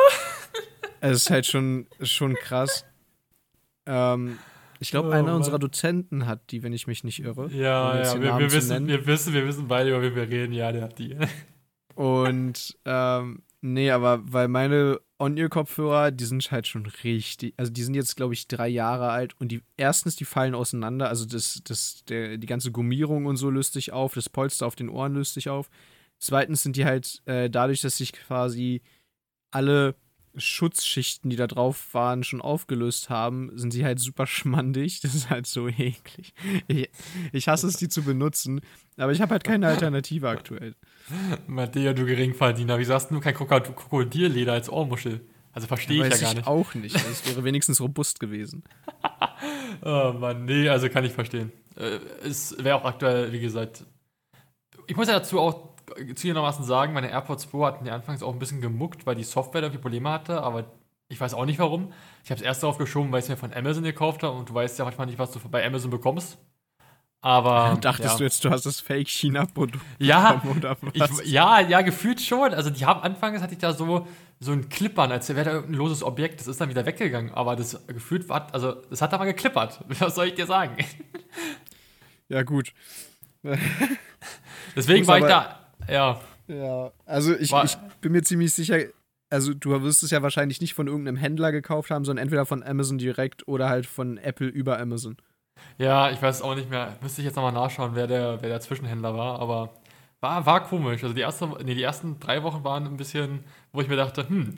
Es ist halt schon, schon krass. Ähm, ich glaube, oh, einer Mann. unserer Dozenten hat die, wenn ich mich nicht irre. Ja, ja, wir, wir, wissen, wir, wissen, wir wissen beide, über wen wir reden. Ja, der hat die. Und, ähm, nee, aber weil meine On-Ear-Kopfhörer, die sind halt schon richtig, also die sind jetzt, glaube ich, drei Jahre alt und die, erstens, die fallen auseinander, also das, das, der, die ganze Gummierung und so löst sich auf, das Polster auf den Ohren löst sich auf. Zweitens sind die halt äh, dadurch, dass sich quasi alle Schutzschichten, die da drauf waren, schon aufgelöst haben, sind sie halt super schmandig. Das ist halt so eklig. Ich, ich hasse es, die zu benutzen, aber ich habe halt keine Alternative aktuell. Matteo, du Geringverdiener, wieso hast du kein Krokod- Krokodilleder als Ohrmuschel? Also verstehe ich ja gar ich nicht. auch nicht. Das wäre wenigstens robust gewesen. Oh Mann, nee, also kann ich verstehen. Äh, es wäre auch aktuell, wie gesagt, ich muss ja dazu auch zugegebenermaßen sagen, meine AirPods Pro hatten ja anfangs auch ein bisschen gemuckt, weil die Software da irgendwie Probleme hatte, aber ich weiß auch nicht warum. Ich habe es erst darauf geschoben, weil ich es mir von Amazon gekauft habe und du weißt ja manchmal nicht, was du bei Amazon bekommst. Aber dachtest ja. du jetzt, du hast das Fake-China-Produkt ja, bekommen oder was? ich, ja, ja, gefühlt schon. Also die haben anfangs hatte ich da so so ein Klippern, als wäre da irgendein loses Objekt. Das ist dann wieder weggegangen, aber das gefühlt war, also das hat da mal geklippert. Was soll ich dir sagen? Ja gut. Deswegen war ich da. Ja. Ja, also ich, ich bin mir ziemlich sicher, also du wirst es ja wahrscheinlich nicht von irgendeinem Händler gekauft haben, sondern entweder von Amazon direkt oder halt von Apple über Amazon. Ja, ich weiß auch nicht mehr. Müsste ich jetzt nochmal nachschauen, wer der, wer der Zwischenhändler war, aber war, war komisch. Also die, erste, nee, die ersten drei Wochen waren ein bisschen, wo ich mir dachte, hm.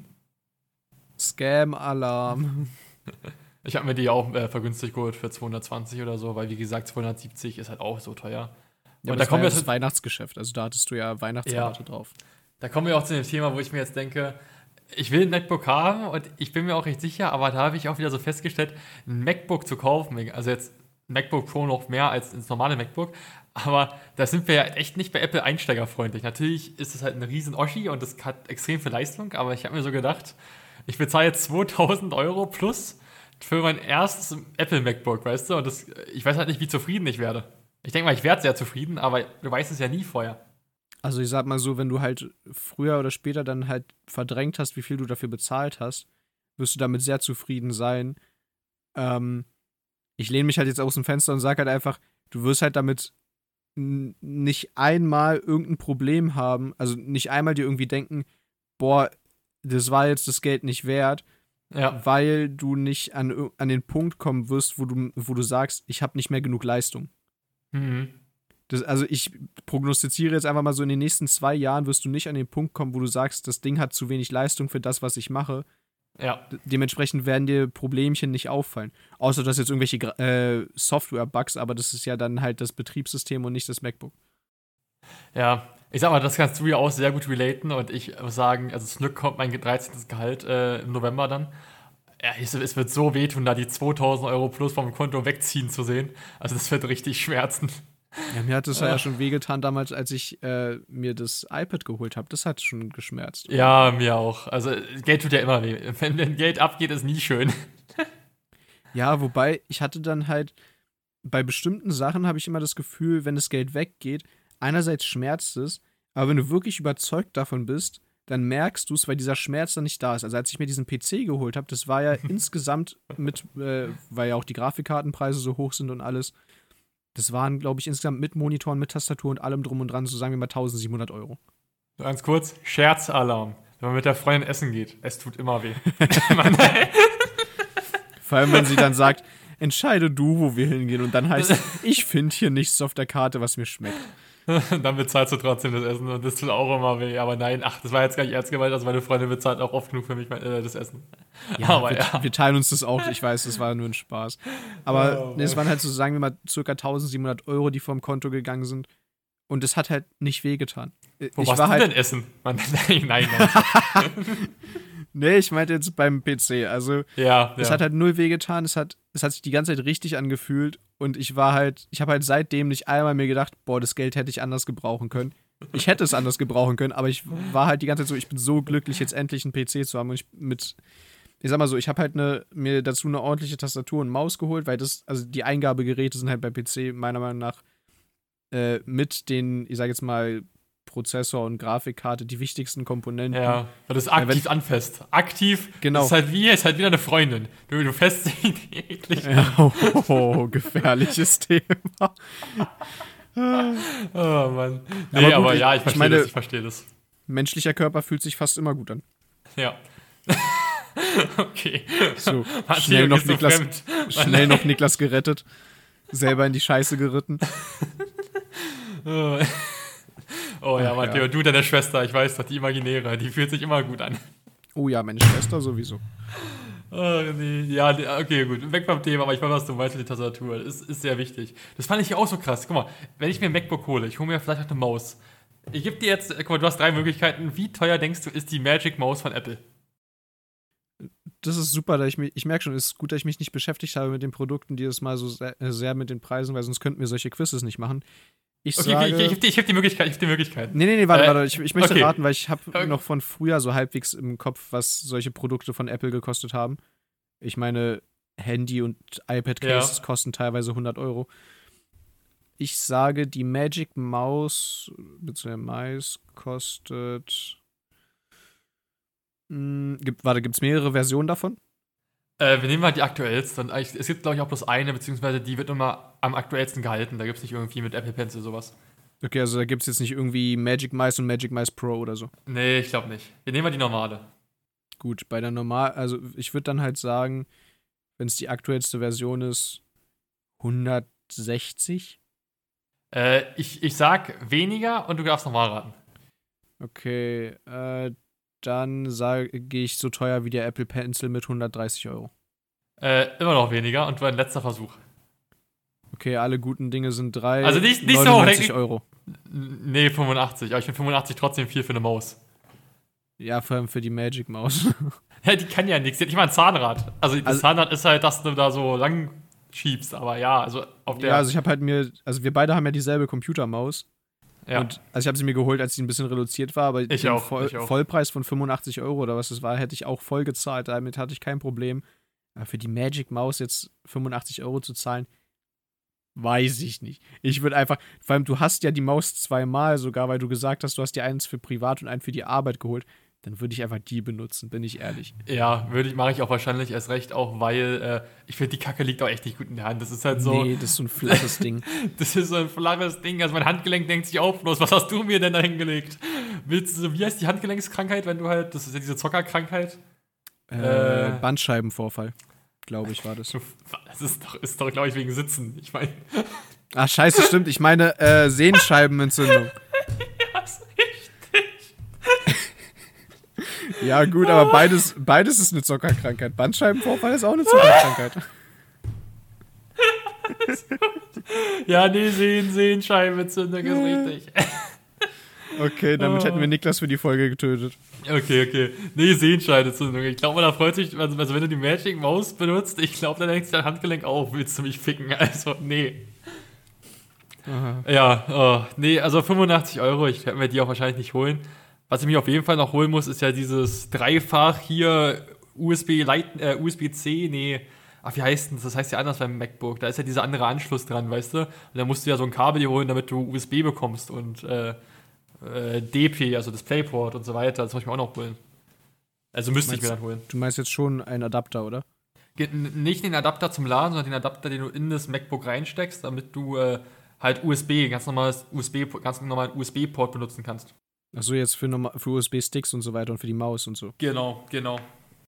Scam-Alarm. Ich habe mir die auch äh, vergünstigt geholt für zweihundertzwanzig oder so, weil wie gesagt, zweihundertsiebzig ist halt auch so teuer. Ja, und da da kommen war wir ja das Weihnachtsgeschäft, also da hattest du ja Weihnachtsrabatte ja. drauf. Da kommen wir auch zu dem Thema, wo ich mir jetzt denke, ich will ein MacBook haben und ich bin mir auch recht sicher, aber da habe ich auch wieder so festgestellt, ein MacBook zu kaufen, also jetzt ein MacBook Pro noch mehr als das normale MacBook, aber da sind wir ja echt nicht bei Apple einsteigerfreundlich. Natürlich ist es halt ein riesen Oschi und das hat extrem viel Leistung, aber ich habe mir so gedacht, ich bezahle jetzt zweitausend Euro plus für mein erstes Apple MacBook, weißt du, und das, ich weiß halt nicht, wie zufrieden ich werde. Ich denke mal, ich werde sehr zufrieden, aber du weißt es ja nie vorher. Also ich sag mal so, wenn du halt früher oder später dann halt verdrängt hast, wie viel du dafür bezahlt hast, wirst du damit sehr zufrieden sein. Ähm, ich lehne mich halt jetzt aus dem Fenster und sag halt einfach, du wirst halt damit n- nicht einmal irgendein Problem haben, also nicht einmal dir irgendwie denken, boah, das war jetzt das Geld nicht wert, Ja. weil du nicht an, an den Punkt kommen wirst, wo du, wo du sagst, ich habe nicht mehr genug Leistung. Mhm. Das, also ich prognostiziere jetzt einfach mal so, in den nächsten zwei Jahren wirst du nicht an den Punkt kommen, wo du sagst, das Ding hat zu wenig Leistung für das, was ich mache. Ja. Dementsprechend werden dir Problemchen nicht auffallen. Außer dass jetzt irgendwelche äh, Software-Bugs, aber das ist ja dann halt das Betriebssystem und nicht das MacBook. Ja, ich sag mal, das kannst du ja auch sehr gut relaten und ich muss sagen, also zum Glück kommt mein dreizehntes Gehalt äh, im November dann. Ja, es, es wird so wehtun, da die zweitausend Euro plus vom Konto wegziehen zu sehen. Also das wird richtig schmerzen. Ja, mir hat es ja. ja schon wehgetan damals, als ich äh, mir das iPad geholt habe. Das hat schon geschmerzt. Ja, mir auch. Also Geld tut ja immer weh. Wenn, wenn Geld abgeht, ist nie schön. Ja, wobei ich hatte dann halt, bei bestimmten Sachen habe ich immer das Gefühl, wenn das Geld weggeht, einerseits schmerzt es, aber wenn du wirklich überzeugt davon bist, dann merkst du es, weil dieser Schmerz dann nicht da ist. Also als ich mir diesen P C geholt habe, das war ja insgesamt mit, äh, weil ja auch die Grafikkartenpreise so hoch sind und alles, das waren, glaube ich, insgesamt mit Monitoren, mit Tastatur und allem drum und dran, so sagen wir mal tausendsiebenhundert Euro. Ganz kurz, Scherzalarm. Wenn man mit der Freundin essen geht, es tut immer weh. Vor allem, wenn sie dann sagt, entscheide du, wo wir hingehen. Und dann heißt es, ich finde hier nichts auf der Karte, was mir schmeckt. Dann bezahlst du trotzdem das Essen und das tut auch immer weh. Aber nein, ach, das war jetzt gar nicht ernst gemeint. Also meine Freundin bezahlt auch oft genug für mich äh, das Essen. Ja, aber wir, ja. wir teilen uns das auch. Ich weiß, das war nur ein Spaß. Aber oh, nee, es waren halt so, sagen wir mal, circa eintausendsiebenhundert Euro, die vom Konto gegangen sind. Und es hat halt nicht wehgetan. Wo ich warst war du halt denn essen? Nein, nein, nein. nein. Nee, ich meinte jetzt beim P C. Also, ja, es ja. hat halt null wehgetan. Es hat, es hat sich die ganze Zeit richtig angefühlt. Und ich war halt, ich habe halt seitdem nicht einmal mir gedacht, boah, das Geld hätte ich anders gebrauchen können. Ich hätte es anders gebrauchen können, aber ich war halt die ganze Zeit so, ich bin so glücklich, jetzt endlich einen P C zu haben. Und ich mit, ich sag mal so, ich habe halt eine, mir dazu eine ordentliche Tastatur und Maus geholt, weil das, also die Eingabegeräte sind halt bei P C meiner Meinung nach äh, mit den, ich sag jetzt mal, Prozessor und Grafikkarte die wichtigsten Komponenten. Ja, weil du es aktiv wenn, anfasst. Aktiv, genau. Das ist halt wie, ist halt wieder eine Freundin. Du, du fässt sie eklig ja, oh, oh, gefährliches Thema. Oh Mann. Nee, aber, gut, aber ja, ich verstehe ich meine, das, ich verstehe das. Menschlicher Körper fühlt sich fast immer gut an. Ja. Okay. So, Matteo, schnell noch, gehst du Niklas, fremd? schnell noch Niklas gerettet. Selber in die Scheiße geritten. Oh, oh ja, Ach, Matteo, ja. du deine Schwester, ich weiß doch, die Imaginäre, die fühlt sich immer gut an. Oh ja, meine Schwester sowieso. Oh, nee. Ja, nee, okay, gut. Weg vom Thema, aber ich weiß, was du meinst mit der Tastatur. Das ist, ist sehr wichtig. Das fand ich auch so krass. Guck mal, wenn ich mir ein MacBook hole, ich hole mir vielleicht auch eine Maus. Ich gebe dir jetzt, guck mal, du hast drei Möglichkeiten. Wie teuer denkst du, ist die Magic Maus von Apple? Das ist super, da ich mich, ich merke schon, es ist gut, dass ich mich nicht beschäftigt habe mit den Produkten, die das mal so sehr, sehr mit den Preisen, weil sonst könnten wir solche Quizzes nicht machen. Ich Okay, sage, okay, ich, ich, ich, ich habe die Möglichkeit, ich habe die Möglichkeit. Nee, nee, nee, warte, Äh, warte, ich, ich möchte okay. raten, weil ich habe Okay. noch von früher so halbwegs im Kopf, was solche Produkte von Apple gekostet haben. Ich meine, Handy und iPad-Cases Ja. kosten teilweise hundert Euro. Ich sage, die Magic Maus, beziehungsweise Mais, kostet. Mh, gibt, warte, gibt es mehrere Versionen davon? Äh, wir nehmen mal die aktuellste. Und eigentlich- es gibt, glaube ich, auch bloß eine, beziehungsweise die wird immer am aktuellsten gehalten. Da gibt es nicht irgendwie mit Apple Pencil sowas. Okay, also da gibt es jetzt nicht irgendwie Magic Mice und Magic Mice Pro oder so. Nee, ich glaube nicht. Wir nehmen mal die normale. Gut, bei der normal, also ich würde dann halt sagen, wenn es die aktuellste Version ist, hundertsechzig. Äh, ich, ich sag weniger und du darfst nochmal raten. Okay, äh, dann sage ich so teuer wie der Apple Pencil mit hundertdreißig Euro. Äh, immer noch weniger und war ein letzter Versuch. Okay, alle guten Dinge sind drei. Also nicht- nicht so hoch, neunundneunzig denk- Euro. N- Nee, fünfundachtzig. Aber ich finde fünfundachtzig trotzdem viel für eine Maus. Ja, vor allem für die Magic Maus. Ja, die kann ja nichts. Die hat nicht mal ein Zahnrad. Also das Also- Zahnrad ist halt, dass du da so lang schiebst. Aber ja, also auf der. Ja, also ich habe halt mir, also wir beide haben ja dieselbe Computermaus. ja. Und also ich habe sie mir geholt, als sie ein bisschen reduziert war, aber Ich den auch, Voll, ich auch. Vollpreis von fünfundachtzig Euro oder was es war, hätte ich auch voll gezahlt. Damit hatte ich kein Problem. Aber für die Magic Maus jetzt fünfundachtzig Euro zu zahlen, weiß ich nicht. Ich würde einfach, vor allem du hast ja die Maus zweimal sogar, weil du gesagt hast, du hast dir eins für privat und einen für die Arbeit geholt. Dann würde ich einfach die benutzen, bin ich ehrlich. Ja, würde ich, mache ich auch wahrscheinlich erst recht, auch weil äh, ich finde, die Kacke liegt auch echt nicht gut in der Hand. Das ist halt so, Nee, das ist so ein flaches Ding. das ist so ein flaches Ding. Also mein Handgelenk denkt sich auch bloß, was hast du mir denn da hingelegt? Willst du so, wie heißt die Handgelenkskrankheit, wenn du halt, das ist ja diese Zockerkrankheit? Äh, Äh. Bandscheibenvorfall, glaube ich, war das. Das ist doch, ist doch glaube ich, wegen Sitzen. Ich meine, Ach, scheiße, stimmt. Ich meine äh, Sehenscheibenentzündung. ja, ist richtig. Ja, gut, aber beides, beides ist eine Zockerkrankheit. Bandscheibenvorfall ist auch eine Zockerkrankheit. Ja, nee, sehen, sehen, Scheibenentzündung ist richtig. Okay, damit hätten wir Niklas für die Folge getötet. Okay, okay. Nee, Sehenscheidenentzündung. Ich glaube, da freut sich, also, also wenn du die Magic Maus benutzt, ich glaube, dann denkst du dein Handgelenk auf, willst du mich ficken? Also, nee. Aha. Ja, oh, nee, also fünfundachtzig Euro, ich werde mir die auch wahrscheinlich nicht holen. Was ich mir auf jeden Fall noch holen muss, ist ja dieses Dreifach hier U S B Lite, äh, U S B-C, nee, ach, wie heißt denn das? Das heißt ja anders beim MacBook. Da ist ja dieser andere Anschluss dran, weißt du? Und da musst du ja so ein Kabel dir holen, damit du U S B bekommst und äh, äh, D P, also DisplayPort und so weiter. Das muss ich mir auch noch holen. Also müsste ich mir Meinst- dann holen. Du meinst jetzt schon einen Adapter, oder? Geht n- nicht den Adapter zum Laden, sondern den Adapter, den du in das MacBook reinsteckst, damit du äh, halt U S B, ganz normales U S B, ganz normalen U S B-Port benutzen kannst. Achso, jetzt für, norma- für U S B-Sticks und so weiter und für die Maus und so. Genau, genau.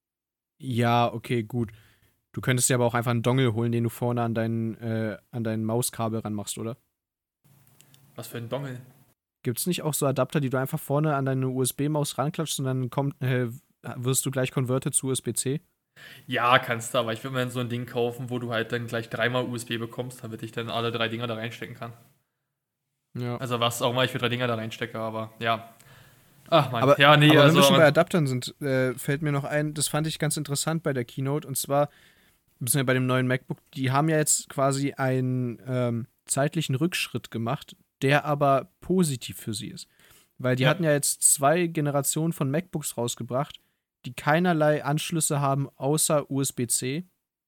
Ja, okay, gut. Du könntest dir aber auch einfach einen Dongle holen, den du vorne an deinen, äh, an dein Mauskabel ranmachst, oder? Was für ein Dongle. Gibt es nicht auch so Adapter, die du einfach vorne an deine U S B-Maus ranklatschst und dann kommt, äh, wirst du gleich converted zu U S B-C? Ja, kannst du, aber ich würde mir dann so ein Ding kaufen, wo du halt dann gleich dreimal U S B bekommst, damit ich dann alle drei Dinger da reinstecken kann. Ja. Also was auch immer ich für drei Dinger da reinstecke, aber ja. Ach man, Aber, ja, nee, aber also. wenn wir schon bei Adaptern sind, äh, fällt mir noch ein, das fand ich ganz interessant bei der Keynote, und zwar, beziehungsweise bei dem neuen MacBook, die haben ja jetzt quasi einen ähm, zeitlichen Rückschritt gemacht, der aber positiv für sie ist. Weil die Ja. hatten ja jetzt zwei Generationen von MacBooks rausgebracht, die keinerlei Anschlüsse haben, außer U S B-C.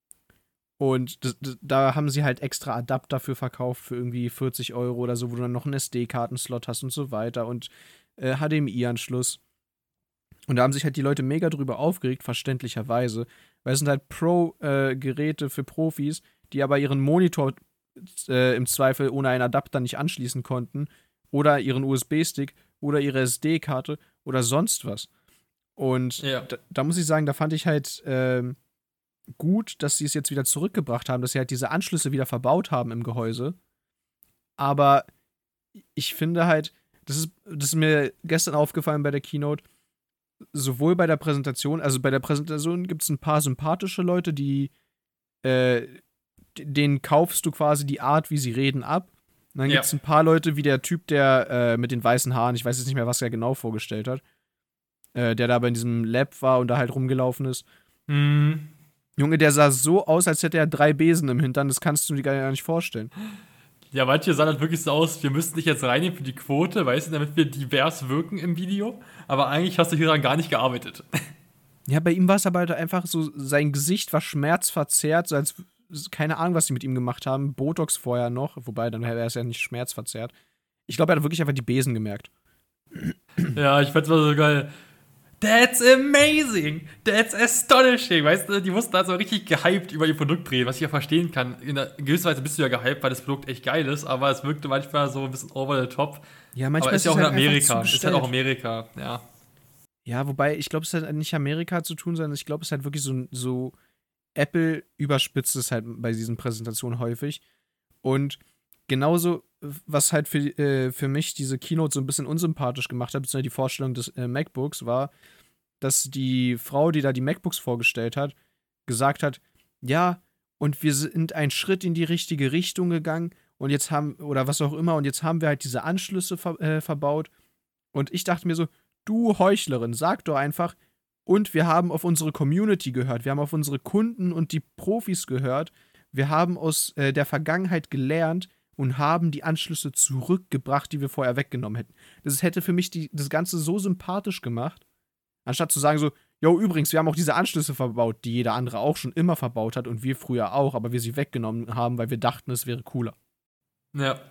Und das, das, da haben sie halt extra Adapter für verkauft, für irgendwie vierzig Euro oder so, wo du dann noch einen S D-Kartenslot hast und so weiter und äh, H D M I-Anschluss. Und da haben sich halt die Leute mega drüber aufgeregt, verständlicherweise, weil es sind halt Pro-Geräte äh, für Profis, die aber ihren Monitor äh, im Zweifel ohne einen Adapter nicht anschließen konnten oder ihren U S B-Stick oder ihre S D-Karte oder sonst was. Und Ja. da, da muss ich sagen, da fand ich halt ähm, gut, dass sie es jetzt wieder zurückgebracht haben, dass sie halt diese Anschlüsse wieder verbaut haben im Gehäuse. Aber ich finde halt, das ist, das ist mir gestern aufgefallen bei der Keynote, sowohl bei der Präsentation, also bei der Präsentation gibt es ein paar sympathische Leute, die äh, denen kaufst du quasi die Art, wie sie reden, ab. Und dann Ja. gibt es ein paar Leute, wie der Typ, der äh, mit den weißen Haaren, ich weiß jetzt nicht mehr, was er genau vorgestellt hat, äh, der da aber in diesem Lab war und da halt rumgelaufen ist. Mhm. Junge, der sah so aus, als hätte er drei Besen im Hintern, das kannst du dir gar nicht vorstellen. Ja, manche sahen halt wirklich so aus, wir müssten dich jetzt reinnehmen für die Quote, weißt du, damit wir divers wirken im Video. Aber eigentlich hast du hieran gar nicht gearbeitet. Ja, bei ihm war es aber halt einfach so, sein Gesicht war schmerzverzerrt, so als, keine Ahnung, was sie mit ihm gemacht haben. Botox vorher noch, wobei, dann wäre es ja nicht schmerzverzerrt. Ich glaube, er hat wirklich einfach die Besen gemerkt. Ja, ich fand's mal so geil. That's amazing! That's astonishing! Weißt du, die mussten da so richtig gehypt über ihr Produkt reden, was ich ja verstehen kann. In, einer, in gewisser Weise bist du ja gehypt, weil das Produkt echt geil ist, aber es wirkte manchmal so ein bisschen over the top. Ja, manchmal aber ist ja auch in halt einfach Amerika. zu Ist halt auch gestellt. Amerika, ja. Ja, wobei, ich glaube, es hat nicht Amerika zu tun, sondern ich glaube, es hat wirklich so, so Apple überspitzt es halt bei diesen Präsentationen häufig. Und genauso, was halt für, äh, für mich diese Keynote so ein bisschen unsympathisch gemacht hat, beziehungsweise die Vorstellung des äh, MacBooks, war, dass die Frau, die da die MacBooks vorgestellt hat, gesagt hat, ja, und wir sind einen Schritt in die richtige Richtung gegangen und jetzt haben, oder was auch immer, und jetzt haben wir halt diese Anschlüsse ver äh, verbaut. Und ich dachte mir so, du Heuchlerin, sag doch einfach, und wir haben auf unsere Community gehört, wir haben auf unsere Kunden und die Profis gehört, wir haben aus äh, der Vergangenheit gelernt und haben die Anschlüsse zurückgebracht, die wir vorher weggenommen hätten. Das hätte für mich die, das Ganze so sympathisch gemacht, anstatt zu sagen so, jo, übrigens, wir haben auch diese Anschlüsse verbaut, die jeder andere auch schon immer verbaut hat und wir früher auch, aber wir sie weggenommen haben, weil wir dachten, es wäre cooler. Ja.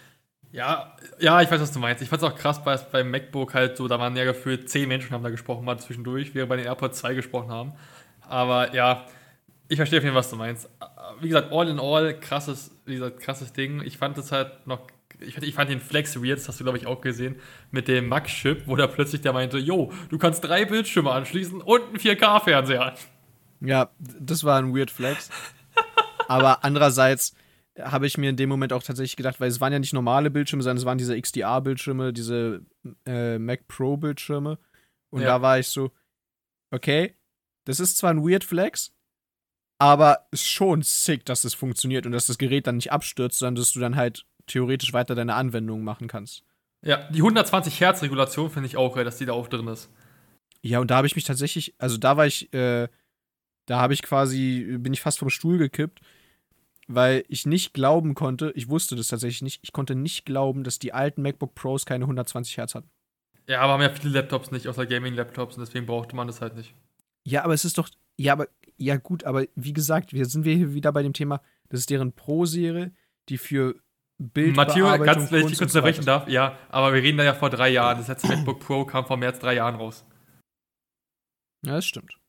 Ja, ja, ich weiß, was du meinst. Ich fand's auch krass, bei, beim MacBook halt so, da waren ja gefühlt zehn Menschen haben da gesprochen, mal zwischendurch, während bei den AirPods zwei gesprochen haben. Aber ja, ich verstehe auf jeden Fall, was du meinst. Wie gesagt, all in all, krasses, wie gesagt, krasses Ding. Ich fand es halt noch, ich fand, ich fand den Flex weird, das hast du, glaube ich, auch gesehen, mit dem Mac-Chip, wo da plötzlich der meinte, yo, du kannst drei Bildschirme anschließen und einen vier K-Fernseher. Ja, das war ein weird Flex. Aber andererseits habe ich mir in dem Moment auch tatsächlich gedacht, weil es waren ja nicht normale Bildschirme, sondern es waren diese X D R-Bildschirme, diese äh, Mac Pro-Bildschirme. Und Ja. da war ich so, okay, das ist zwar ein weird Flex, aber ist schon sick, dass das funktioniert und dass das Gerät dann nicht abstürzt, sondern dass du dann halt theoretisch weiter deine Anwendungen machen kannst. Ja, die hundertzwanzig Hertz Regulation finde ich auch geil, dass die da auch drin ist. Ja, und da habe ich mich tatsächlich, also da war ich, äh, da habe ich quasi, bin ich fast vom Stuhl gekippt, weil ich nicht glauben konnte, ich wusste das tatsächlich nicht, ich konnte nicht glauben, dass die alten MacBook Pros keine hundertzwanzig Hertz hatten. Ja, aber haben ja viele Laptops nicht, außer Gaming-Laptops, und deswegen brauchte man das halt nicht. Ja, aber es ist doch, ja, aber, ja gut, aber wie gesagt, wir sind wir hier wieder bei dem Thema, das ist deren Pro-Serie, die für Bildbearbeitung, Matteo, ganz wenn ich Kunst dich kurz und so weiter unterbrechen darf, ja, aber wir reden da ja vor drei Jahren. Das letzte MacBook Pro kam vor mehr als drei Jahren raus. ist. Ja, das stimmt.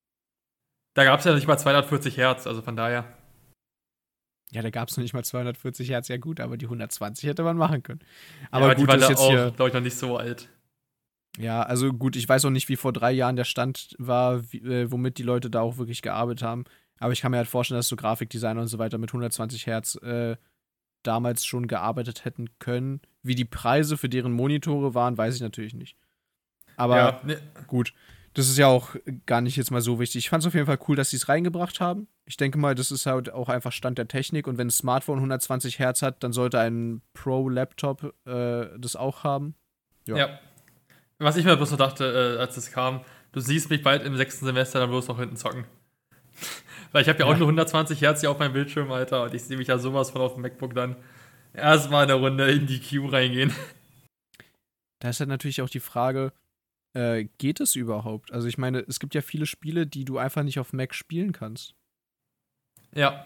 Da gab es ja nicht mal zweihundertvierzig Hertz, also von daher. Ja, da gab es noch nicht mal zweihundertvierzig Hertz, ja gut, aber die hundertzwanzig hätte man machen können. Aber ja, gut, die waren das da ist jetzt auch, hier. glaube ich, noch nicht so alt. Ja, also gut, ich weiß auch nicht, wie vor drei Jahren der Stand war, wie, äh, womit die Leute da auch wirklich gearbeitet haben. Aber ich kann mir halt vorstellen, dass so Grafikdesigner und so weiter mit hundertzwanzig Hertz äh, damals schon gearbeitet hätten können. Wie die Preise für deren Monitore waren, weiß ich natürlich nicht. Aber ja, ne, gut, das ist ja auch gar nicht jetzt mal so wichtig. Ich fand es auf jeden Fall cool, dass sie es reingebracht haben. Ich denke mal, das ist halt auch einfach Stand der Technik. Und wenn ein Smartphone hundertzwanzig Hertz hat, dann sollte ein Pro-Laptop äh, das auch haben. Ja. ja. Was ich mir bloß noch dachte, äh, als es kam, du siehst mich bald im sechsten Semester dann bloß noch hinten zocken. Weil ich habe ja, ja auch nur hundertzwanzig Hertz hier auf meinem Bildschirm, Alter, und ich sehe mich ja sowas von auf dem MacBook dann erstmal eine Runde in die Queue reingehen. Da ist halt natürlich auch die Frage, äh, geht es überhaupt? Also ich meine, es gibt ja viele Spiele, die du einfach nicht auf Mac spielen kannst. Ja.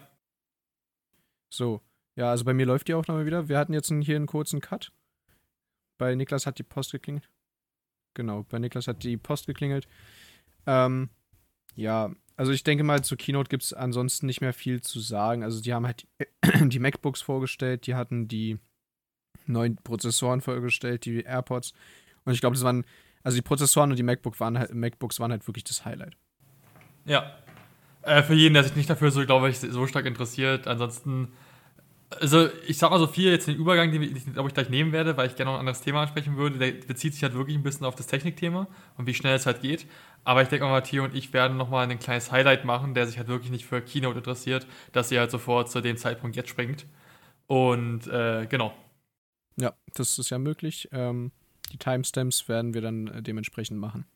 So, ja, also bei mir läuft die Aufnahme wieder. Wir hatten jetzt einen, hier einen kurzen Cut. Bei Niklas hat die Post geklingelt. Genau, bei Niklas hat die Post geklingelt. Ähm, ja, also ich denke mal, zur Keynote gibt es ansonsten nicht mehr viel zu sagen. Also die haben halt die, die MacBooks vorgestellt, die hatten die neuen Prozessoren vorgestellt, die AirPods. Und ich glaube, das waren Also die Prozessoren und die MacBook waren halt, MacBooks waren halt wirklich das Highlight. Ja. Äh, für jeden, der sich nicht dafür so, glaube ich, so stark interessiert. Ansonsten, also ich sag mal so viel, jetzt den Übergang, den ich, glaube ich, gleich nehmen werde, weil ich gerne noch ein anderes Thema ansprechen würde, der bezieht sich halt wirklich ein bisschen auf das Technikthema und wie schnell es halt geht. Aber ich denke mal, Matteo und ich werden nochmal ein kleines Highlight machen, der sich halt wirklich nicht für Keynote interessiert, dass ihr halt sofort zu dem Zeitpunkt jetzt springt. Und äh, genau. Ja, das ist ja möglich. Ähm, die Timestamps werden wir dann äh, dementsprechend machen.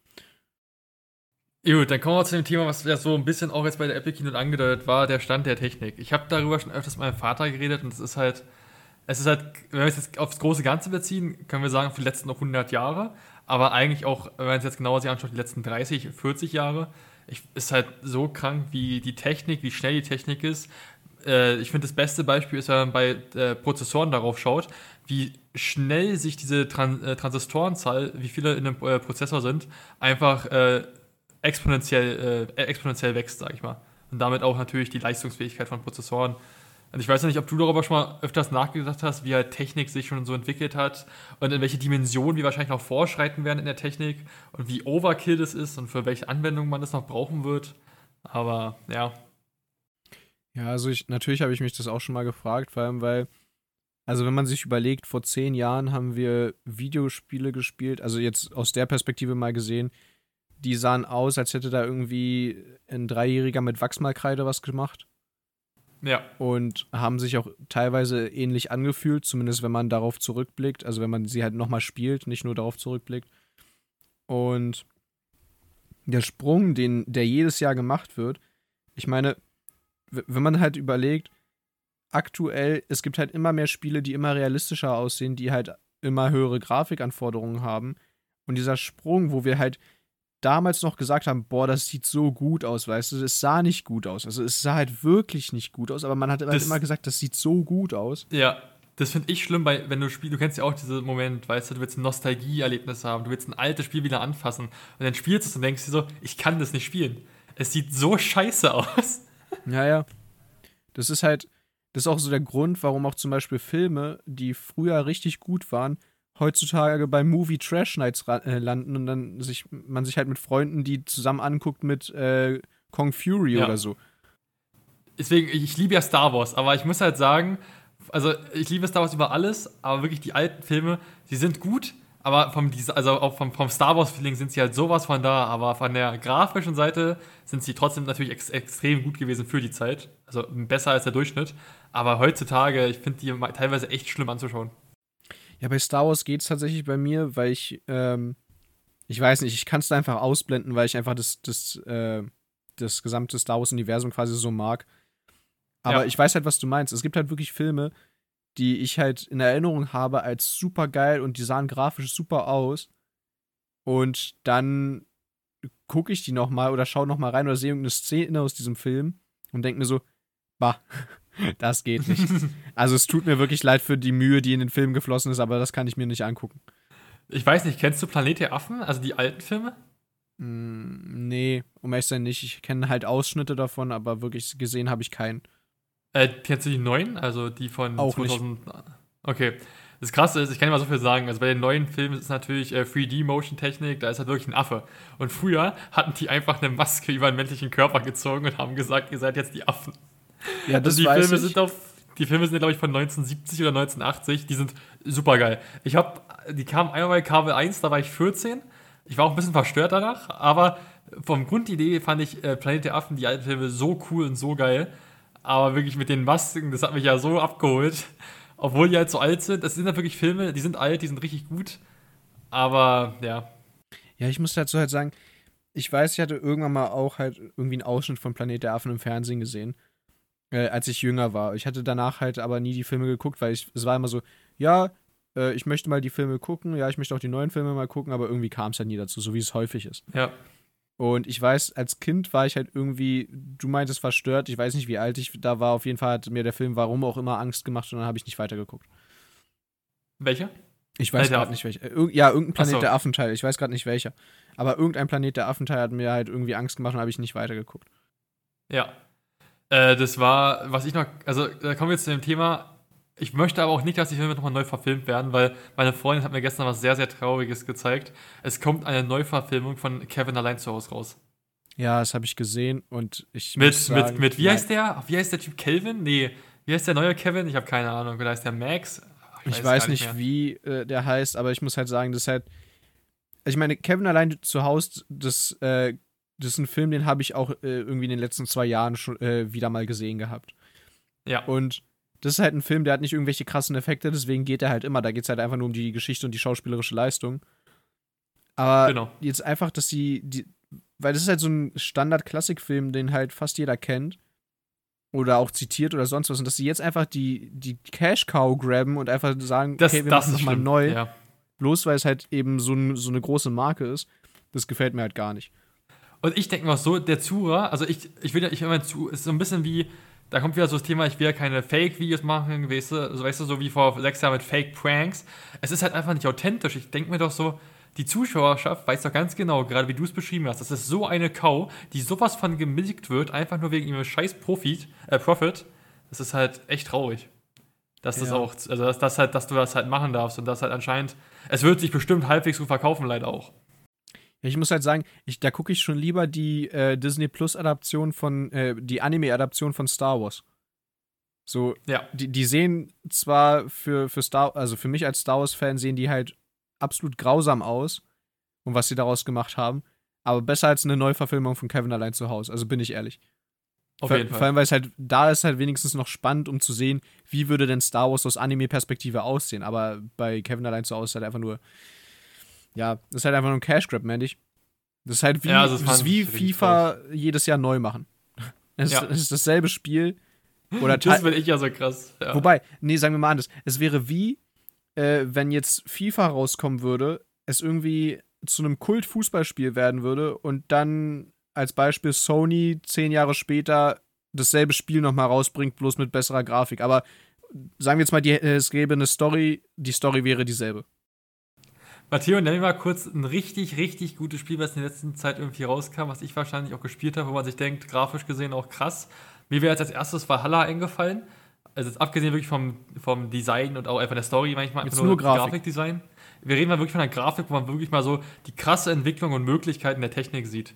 Gut, dann kommen wir zu dem Thema, was ja so ein bisschen auch jetzt bei der Apple Keynote angedeutet war, der Stand der Technik. Ich habe darüber schon öfters mit meinem Vater geredet und es ist halt, es ist halt, wenn wir es jetzt aufs große Ganze beziehen, können wir sagen, für die letzten noch hundert Jahre, aber eigentlich auch, wenn man es jetzt genauer sich anschaut, die letzten dreißig, vierzig Jahre, ich, ist halt so krank, wie die Technik, wie schnell die Technik ist. Äh, ich finde, das beste Beispiel ist, wenn man bei äh, Prozessoren darauf schaut, wie schnell sich diese Tran- äh, Transistorenzahl, wie viele in einem äh, Prozessor sind, einfach äh, exponentiell, äh, exponentiell wächst, sag ich mal. Und damit auch natürlich die Leistungsfähigkeit von Prozessoren. Und ich weiß ja nicht, ob du darüber schon mal öfters nachgedacht hast, wie halt Technik sich schon so entwickelt hat und in welche Dimensionen wir wahrscheinlich noch vorschreiten werden in der Technik und wie Overkill das ist und für welche Anwendungen man das noch brauchen wird. Aber ja. Ja, also ich, natürlich habe ich mich das auch schon mal gefragt, vor allem weil, also wenn man sich überlegt, vor zehn Jahren haben wir Videospiele gespielt, also jetzt aus der Perspektive mal gesehen, die sahen aus, als hätte da irgendwie ein Dreijähriger mit Wachsmalkreide was gemacht. Ja. Und haben sich auch teilweise ähnlich angefühlt, zumindest wenn man darauf zurückblickt, also wenn man sie halt nochmal spielt, nicht nur darauf zurückblickt. Und der Sprung, den, der jedes Jahr gemacht wird, ich meine, w- wenn man halt überlegt, aktuell, es gibt halt immer mehr Spiele, die immer realistischer aussehen, die halt immer höhere Grafikanforderungen haben. Und dieser Sprung, wo wir halt damals noch gesagt haben, boah, das sieht so gut aus, weißt du, es sah nicht gut aus. Also es sah halt wirklich nicht gut aus, aber man hat halt Das- immer gesagt, das sieht so gut aus. Ja, das finde ich schlimm, weil wenn du spielst, du kennst ja auch diesen Moment, weißt du, du willst ein Nostalgie-Erlebnis haben, du willst ein altes Spiel wieder anfassen und dann spielst du es und denkst dir so, ich kann das nicht spielen. Es sieht so scheiße aus. Ja, ja. Das ist halt, das ist auch so der Grund, warum auch zum Beispiel Filme, die früher richtig gut waren, heutzutage bei Movie Trash Nights ra- äh, landen und dann sich, man sich halt mit Freunden die zusammen anguckt mit äh, Kong Fury Ja. oder so. Deswegen, ich liebe ja Star Wars, aber ich muss halt sagen, also ich liebe Star Wars über alles, aber wirklich die alten Filme, die sind gut, aber vom, Dese- also auch vom, vom Star Wars-Feeling sind sie halt sowas von da, aber von der grafischen Seite sind sie trotzdem natürlich ex extrem gut gewesen für die Zeit. Also besser als der Durchschnitt. Aber heutzutage, ich finde die ma- teilweise echt schlimm anzuschauen. Ja, bei Star Wars geht es tatsächlich bei mir, weil ich, ähm, ich weiß nicht, ich kann es da einfach ausblenden, weil ich einfach das, das, äh, das gesamte Star Wars-Universum quasi so mag. Aber Ja. ich weiß halt, was du meinst. Es gibt halt wirklich Filme, die ich halt in Erinnerung habe als super geil und die sahen grafisch super aus. Und dann gucke ich die nochmal oder schaue nochmal rein oder sehe irgendeine Szene aus diesem Film und denke mir so, bah, das geht nicht. Also es tut mir wirklich leid für die Mühe, die in den Film geflossen ist, aber das kann ich mir nicht angucken. Ich weiß nicht, kennst du Planet der Affen, also die alten Filme? Mm, nee, um ehrlich zu sein nicht. Ich kenne halt Ausschnitte davon, aber wirklich gesehen habe ich keinen. Äh, kennst du die neuen? Also die von Auch nicht. zweitausend. Okay. Das Krasse ist, ich kann dir mal so viel sagen, also bei den neuen Filmen ist es natürlich äh, drei D-Motion-Technik, da ist halt wirklich ein Affe. Und früher hatten die einfach eine Maske über einen männlichen Körper gezogen und haben gesagt, ihr seid jetzt die Affen. Ja, das Also die weiß Filme ich. sind auf, die Filme sind, glaube ich, von neunzehnhundertsiebzig oder neunzehnhundertachtzig, die sind super geil. Ich habe, die kamen einmal bei Kabel eins, da war ich vierzehn. Ich war auch ein bisschen verstört danach, aber vom Grundidee fand ich äh, Planet der Affen, die alten Filme, so cool und so geil. Aber wirklich mit den Masken, das hat mich ja so abgeholt. Obwohl die halt so alt sind. Das sind halt wirklich Filme, die sind alt, die sind richtig gut. Aber ja. Ja, ich muss dazu halt sagen, ich weiß, ich hatte irgendwann mal auch halt irgendwie einen Ausschnitt von Planet der Affen im Fernsehen gesehen, äh, als ich jünger war. Ich hatte danach halt aber nie die Filme geguckt, weil ich, es war immer so, ja, äh, ich möchte mal die Filme gucken, ja, ich möchte auch die neuen Filme mal gucken, aber irgendwie kam es halt nie dazu, so wie es häufig ist. Ja. Und ich weiß, als Kind war ich halt irgendwie, du meintest verstört, ich weiß nicht, wie alt ich da war, auf jeden Fall hat mir der Film warum auch immer Angst gemacht und dann habe ich nicht weitergeguckt. Welcher? Ich weiß Planet der gerade Affen. nicht welcher. Äh, irg- ja, irgendein Planet Ach so. der Affenteil, ich weiß gerade nicht welcher. Aber irgendein Planet der Affenteil hat mir halt irgendwie Angst gemacht und habe ich nicht weitergeguckt. Ja. Äh, das war, was ich noch, also da kommen wir jetzt zu dem Thema, Ich möchte aber auch nicht, dass die Filme nochmal neu verfilmt werden, weil meine Freundin hat mir gestern was sehr, sehr Trauriges gezeigt. Es kommt eine Neuverfilmung von Kevin allein zu Hause raus. Ja, das habe ich gesehen und ich Mit, muss sagen, mit, mit, wie nein. heißt der? Wie heißt der Typ? Kelvin? Nee, wie heißt der neue Kevin? Ich habe keine Ahnung. Wie heißt der? Max? Ich gar weiß nicht, mehr. wie äh, der heißt, aber ich muss halt sagen, das ist halt. Ich meine, Kevin allein zu Hause, das, äh, das ist ein Film, den habe ich auch äh, irgendwie in den letzten zwei Jahren schon äh, wieder mal gesehen gehabt. Ja. Und das ist halt ein Film, der hat nicht irgendwelche krassen Effekte, deswegen geht er halt immer. Da geht es halt einfach nur um die Geschichte und die schauspielerische Leistung. Aber Genau. jetzt einfach, dass sie, die, weil das ist halt so ein Standard-Klassikfilm, den halt fast jeder kennt. Oder auch zitiert oder sonst was. Und dass sie jetzt einfach die, die Cash-Cow grabben und einfach sagen, Das, okay, wir das machen ist nochmal schlimm. neu. Ja. Bloß weil es halt eben so, ein, so eine große Marke ist. Das gefällt mir halt gar nicht. Und ich denke mal so, der Zuhörer, also ich, ich will ja, ich will immer zu, ist so ein bisschen wie, da kommt wieder so das Thema, ich will ja keine Fake-Videos machen, weißt du, also weißt du, so wie vor sechs Jahren mit Fake-Pranks. Es ist halt einfach nicht authentisch. Ich denke mir doch so, die Zuschauerschaft weiß doch ganz genau, gerade wie du es beschrieben hast, das ist so eine Kau, die sowas von gemilkt wird, einfach nur wegen ihrem scheiß Profit, äh, Profit. Das ist halt echt traurig. Dass das Ja. auch, also dass, das halt, dass du das halt machen darfst und das halt anscheinend, es wird sich bestimmt halbwegs gut verkaufen, leider auch. Ich muss halt sagen, ich, da gucke ich schon lieber die äh, Disney Plus Adaption von, äh, die Anime-Adaption von Star Wars. So, Ja. die, die sehen zwar für, für Star, also für mich als Star Wars-Fan sehen die halt absolut grausam aus und was sie daraus gemacht haben, aber besser als eine Neuverfilmung von Kevin allein zu Hause, also bin ich ehrlich. Auf vor, jeden Fall. Vor allem, weil es halt, da ist halt wenigstens noch spannend, um zu sehen, wie würde denn Star Wars aus Anime-Perspektive aussehen, aber bei Kevin allein zu Hause ist halt einfach nur, ja, das ist halt einfach nur ein Cash-Grab, meine ich. Das ist halt wie, Ja, also das das ist fand wie ich richtig FIFA jedes Jahr neu machen. Es, Ja. ist, es ist dasselbe Spiel. Oder Das te- finde ich ja so krass. Ja. Wobei, nee, sagen wir mal anders. Es wäre wie, äh, wenn jetzt FIFA rauskommen würde, es irgendwie zu einem Kult-Fußballspiel werden würde und dann als Beispiel Sony zehn Jahre später dasselbe Spiel nochmal rausbringt, bloß mit besserer Grafik. Aber sagen wir jetzt mal, die, es gäbe eine Story, die Story wäre dieselbe. Matteo, nenn mir mal kurz ein richtig, richtig gutes Spiel, was in der letzten Zeit irgendwie rauskam, was ich wahrscheinlich auch gespielt habe, wo man sich denkt, grafisch gesehen auch krass. Mir wäre jetzt als erstes Valhalla eingefallen. Also jetzt abgesehen wirklich vom, vom Design und auch einfach der Story manchmal Jetzt einfach nur das Grafik. Grafikdesign. Wir reden mal wirklich von einer Grafik, wo man wirklich mal so die krasse Entwicklung und Möglichkeiten der Technik sieht.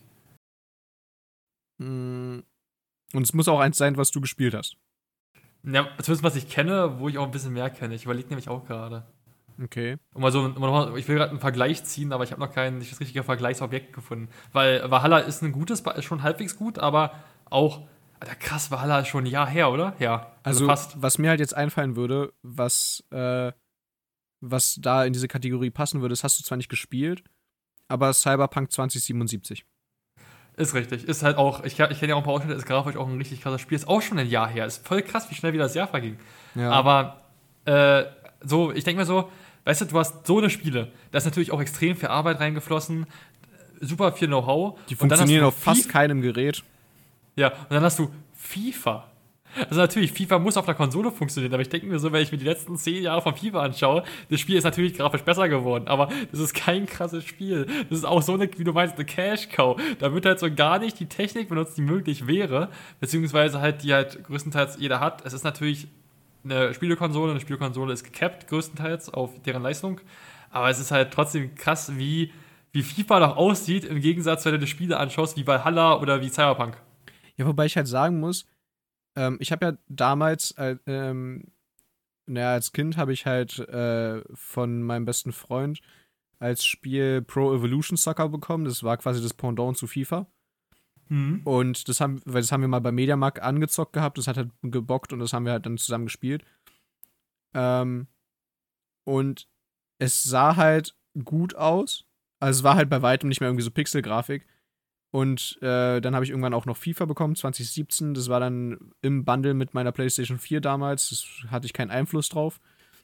Mm. Und es muss auch eins sein, was du gespielt hast. Ja, zumindest was ich kenne, wo ich auch ein bisschen mehr kenne. Ich überlege nämlich auch gerade. Okay. Und mal so, um mal- ich will gerade einen Vergleich ziehen, aber ich habe noch kein nicht das richtige Vergleichsobjekt gefunden. Weil Valhalla ist ein gutes, ist schon halbwegs gut, aber auch, Alter, krass, Valhalla ist schon ein Jahr her, oder? Ja, Also, also fast. was mir halt jetzt einfallen würde, was, äh, was da in diese Kategorie passen würde, das hast du zwar nicht gespielt, aber Cyberpunk zwanzig siebenundsiebzig. Ist richtig. Ist halt auch, ich, ich kenne ja auch ein paar Ausschnitte, ist grafisch auch ein richtig krasses Spiel. Ist auch schon ein Jahr her. Ist voll krass, wie schnell wieder das Jahr verging. Ja. Aber, äh, so, ich denke mir so, weißt du, du hast so eine Spiele, da ist natürlich auch extrem viel Arbeit reingeflossen, super viel Know-how. Die Und dann hast funktionieren du auf fast FIFA- keinem Gerät. Ja, und dann hast du FIFA. Also natürlich, FIFA muss auf der Konsole funktionieren, aber ich denke mir so, wenn ich mir die letzten zehn Jahre von FIFA anschaue, das Spiel ist natürlich grafisch besser geworden, aber das ist kein krasses Spiel. Das ist auch so eine, wie du meinst, eine Cash-Cow. Da wird halt so gar nicht die Technik benutzt, die möglich wäre, beziehungsweise halt, die halt größtenteils jeder hat. Es ist natürlich eine Spielekonsole, eine Spielekonsole ist gecapped größtenteils auf deren Leistung, aber es ist halt trotzdem krass, wie, wie FIFA noch aussieht, im Gegensatz, wenn du die Spiele anschaust, wie Valhalla oder wie Cyberpunk. Ja, wobei ich halt sagen muss, ähm, ich habe ja damals, äh, ähm, naja, als Kind habe ich halt äh, von meinem besten Freund als Spiel Pro Evolution Soccer bekommen. Das war quasi das Pendant zu FIFA. Mhm. Und das haben, weil das haben wir mal beim Mediamarkt angezockt gehabt, das hat halt gebockt und das haben wir halt dann zusammen gespielt. Ähm, und es sah halt gut aus. Also es war halt bei weitem nicht mehr irgendwie so Pixelgrafik. Und äh, dann habe ich irgendwann auch noch FIFA bekommen, zwanzig siebzehn. Das war dann im Bundle mit meiner PlayStation vier damals. Das hatte ich keinen Einfluss drauf.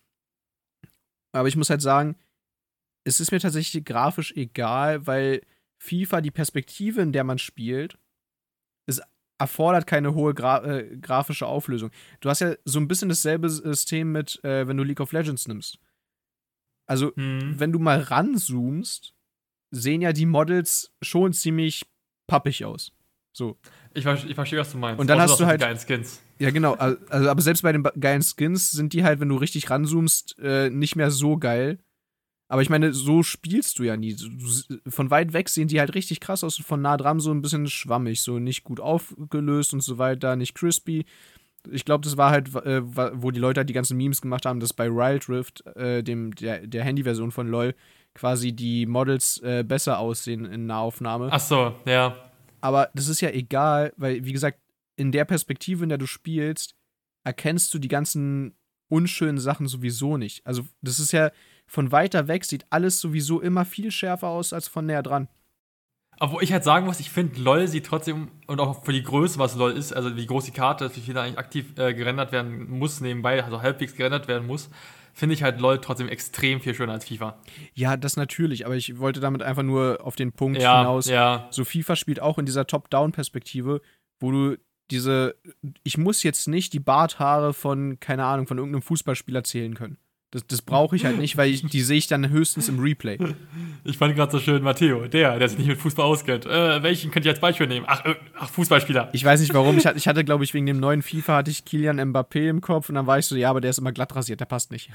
Aber ich muss halt sagen, es ist mir tatsächlich grafisch egal, weil FIFA, die Perspektive, in der man spielt, es erfordert keine hohe Gra äh, grafische Auflösung. Du hast ja so ein bisschen dasselbe System mit, äh, wenn du League of Legends nimmst. Also, Mhm. wenn du mal ranzoomst, sehen ja die Models schon ziemlich pappig aus. So. Ich, ver- ich verstehe, was du meinst. Und dann Außer hast du die halt- geilen Skins. Ja, genau. Also, aber selbst bei den geilen Skins sind die halt, wenn du richtig ranzoomst, äh, nicht mehr so geil. Aber ich meine, so spielst du ja nie. Von weit weg sehen die halt richtig krass aus und von nah dran so ein bisschen schwammig, so nicht gut aufgelöst und so weiter, nicht crispy. Ich glaube, das war halt, äh, wo die Leute halt die ganzen Memes gemacht haben, dass bei Wild Rift, äh, dem, der, der Handy-Version von LoL, quasi die Models äh, besser aussehen in Nahaufnahme. Ach so, ja. Aber das ist ja egal, weil, wie gesagt, in der Perspektive, in der du spielst, erkennst du die ganzen unschönen Sachen sowieso nicht. Also, das ist ja, von weiter weg sieht alles sowieso immer viel schärfer aus als von näher dran. Obwohl ich halt sagen muss, ich finde, LoL sieht trotzdem, und auch für die Größe, was LoL ist, also wie groß die Karte ist, wie viel da eigentlich aktiv äh, gerendert werden muss nebenbei, also halbwegs gerendert werden muss, finde ich halt LoL trotzdem extrem viel schöner als FIFA. Ja, das natürlich, aber ich wollte damit einfach nur auf den Punkt ja, hinaus, ja. so FIFA spielt auch in dieser Top-Down-Perspektive, wo du diese, ich muss jetzt nicht die Barthaare von, keine Ahnung, von irgendeinem Fußballspieler zählen können. Das, das brauche ich halt nicht, weil ich, die sehe ich dann höchstens im Replay. Ich fand gerade so schön Matteo, der, der sich nicht mit Fußball auskennt. Äh, welchen könnt ihr als Beispiel nehmen? Ach, äh, ach Fußballspieler. Ich weiß nicht warum. Ich hatte, ich hatte glaube ich, wegen dem neuen FIFA hatte ich Kylian Mbappé im Kopf und dann war ich so, ja, aber der ist immer glatt rasiert, der passt nicht.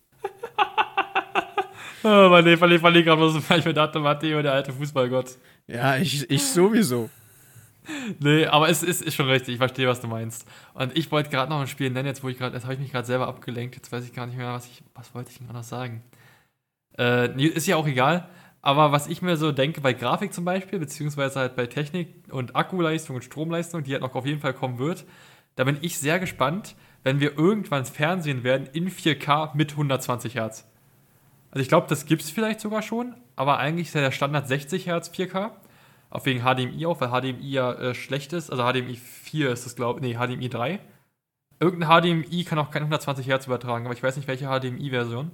oh, man, ich verliere gerade mal so, ich mir dachte, Matteo, der alte Fußballgott. Ja, ich, ich sowieso. Nee, aber es ist, ist schon richtig, ich verstehe, was du meinst. Und ich wollte gerade noch ein Spiel nennen, jetzt wo ich gerade, jetzt habe ich mich gerade selber abgelenkt, jetzt weiß ich gar nicht mehr, was ich, was wollte ich denn noch sagen. Äh, ist ja auch egal, aber was ich mir so denke, bei Grafik zum Beispiel, beziehungsweise halt bei Technik und Akkuleistung und Stromleistung, die halt noch auf jeden Fall kommen wird, da bin ich sehr gespannt, wenn wir irgendwann Fernsehen werden in vier K mit hundertzwanzig Hertz. Also ich glaube, das gibt es vielleicht sogar schon, aber eigentlich ist ja der Standard sechzig Hertz vier K. Auch wegen H D M I auch, weil H D M I ja äh, schlecht ist. Also H D M I vier ist das, glaube ich. Nee, H D M I drei. Irgendein H D M I kann auch kein hundertzwanzig Hertz übertragen, aber ich weiß nicht, welche H D M I-Version.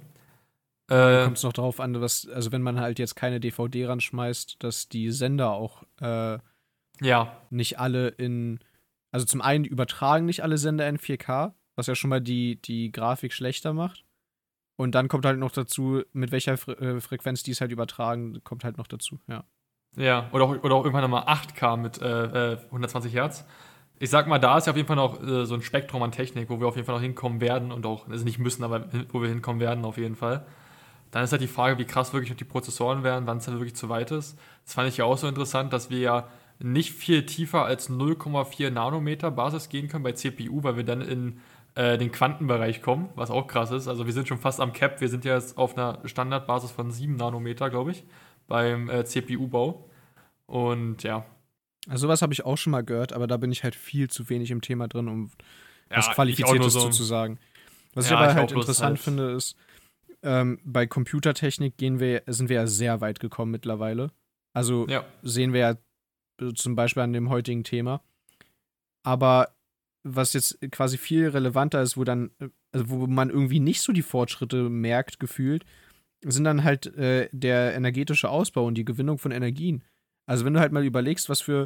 Äh, Kommt es noch drauf an, was, also wenn man halt jetzt keine D V D ranschmeißt, dass die Sender auch äh, ja. nicht alle in, also zum einen übertragen nicht alle Sender in vier K, was ja schon mal die, die Grafik schlechter macht. Und dann kommt halt noch dazu, mit welcher Fre- äh, Frequenz die es halt übertragen, kommt halt noch dazu, ja. Ja, oder auch, oder auch irgendwann nochmal acht K mit äh, hundertzwanzig Hertz. Ich sag mal, da ist ja auf jeden Fall noch äh, so ein Spektrum an Technik, wo wir auf jeden Fall noch hinkommen werden und auch, also nicht müssen, aber wo wir hinkommen werden auf jeden Fall. Dann ist halt die Frage, wie krass wirklich noch die Prozessoren werden, wann es dann wirklich zu weit ist. Das fand ich ja auch so interessant, dass wir ja nicht viel tiefer als null Komma vier Nanometer Basis gehen können bei C P U, weil wir dann in äh, den Quantenbereich kommen, was auch krass ist. Also wir sind schon fast am Cap, wir sind ja jetzt auf einer Standardbasis von sieben Nanometer, glaube ich, beim äh, C P U-Bau. Und ja. Also sowas habe ich auch schon mal gehört, aber da bin ich halt viel zu wenig im Thema drin, um ja, was Qualifiziertes so. zu sagen. Was ja, ich aber ich halt interessant halt. finde, ist, ähm, bei Computertechnik gehen wir, sind wir ja sehr weit gekommen mittlerweile. Also ja. sehen wir ja zum Beispiel an dem heutigen Thema. Aber was jetzt quasi viel relevanter ist, wo dann, also wo man irgendwie nicht so die Fortschritte merkt, gefühlt, sind dann halt äh, der energetische Ausbau und die Gewinnung von Energien. Also wenn du halt mal überlegst, was für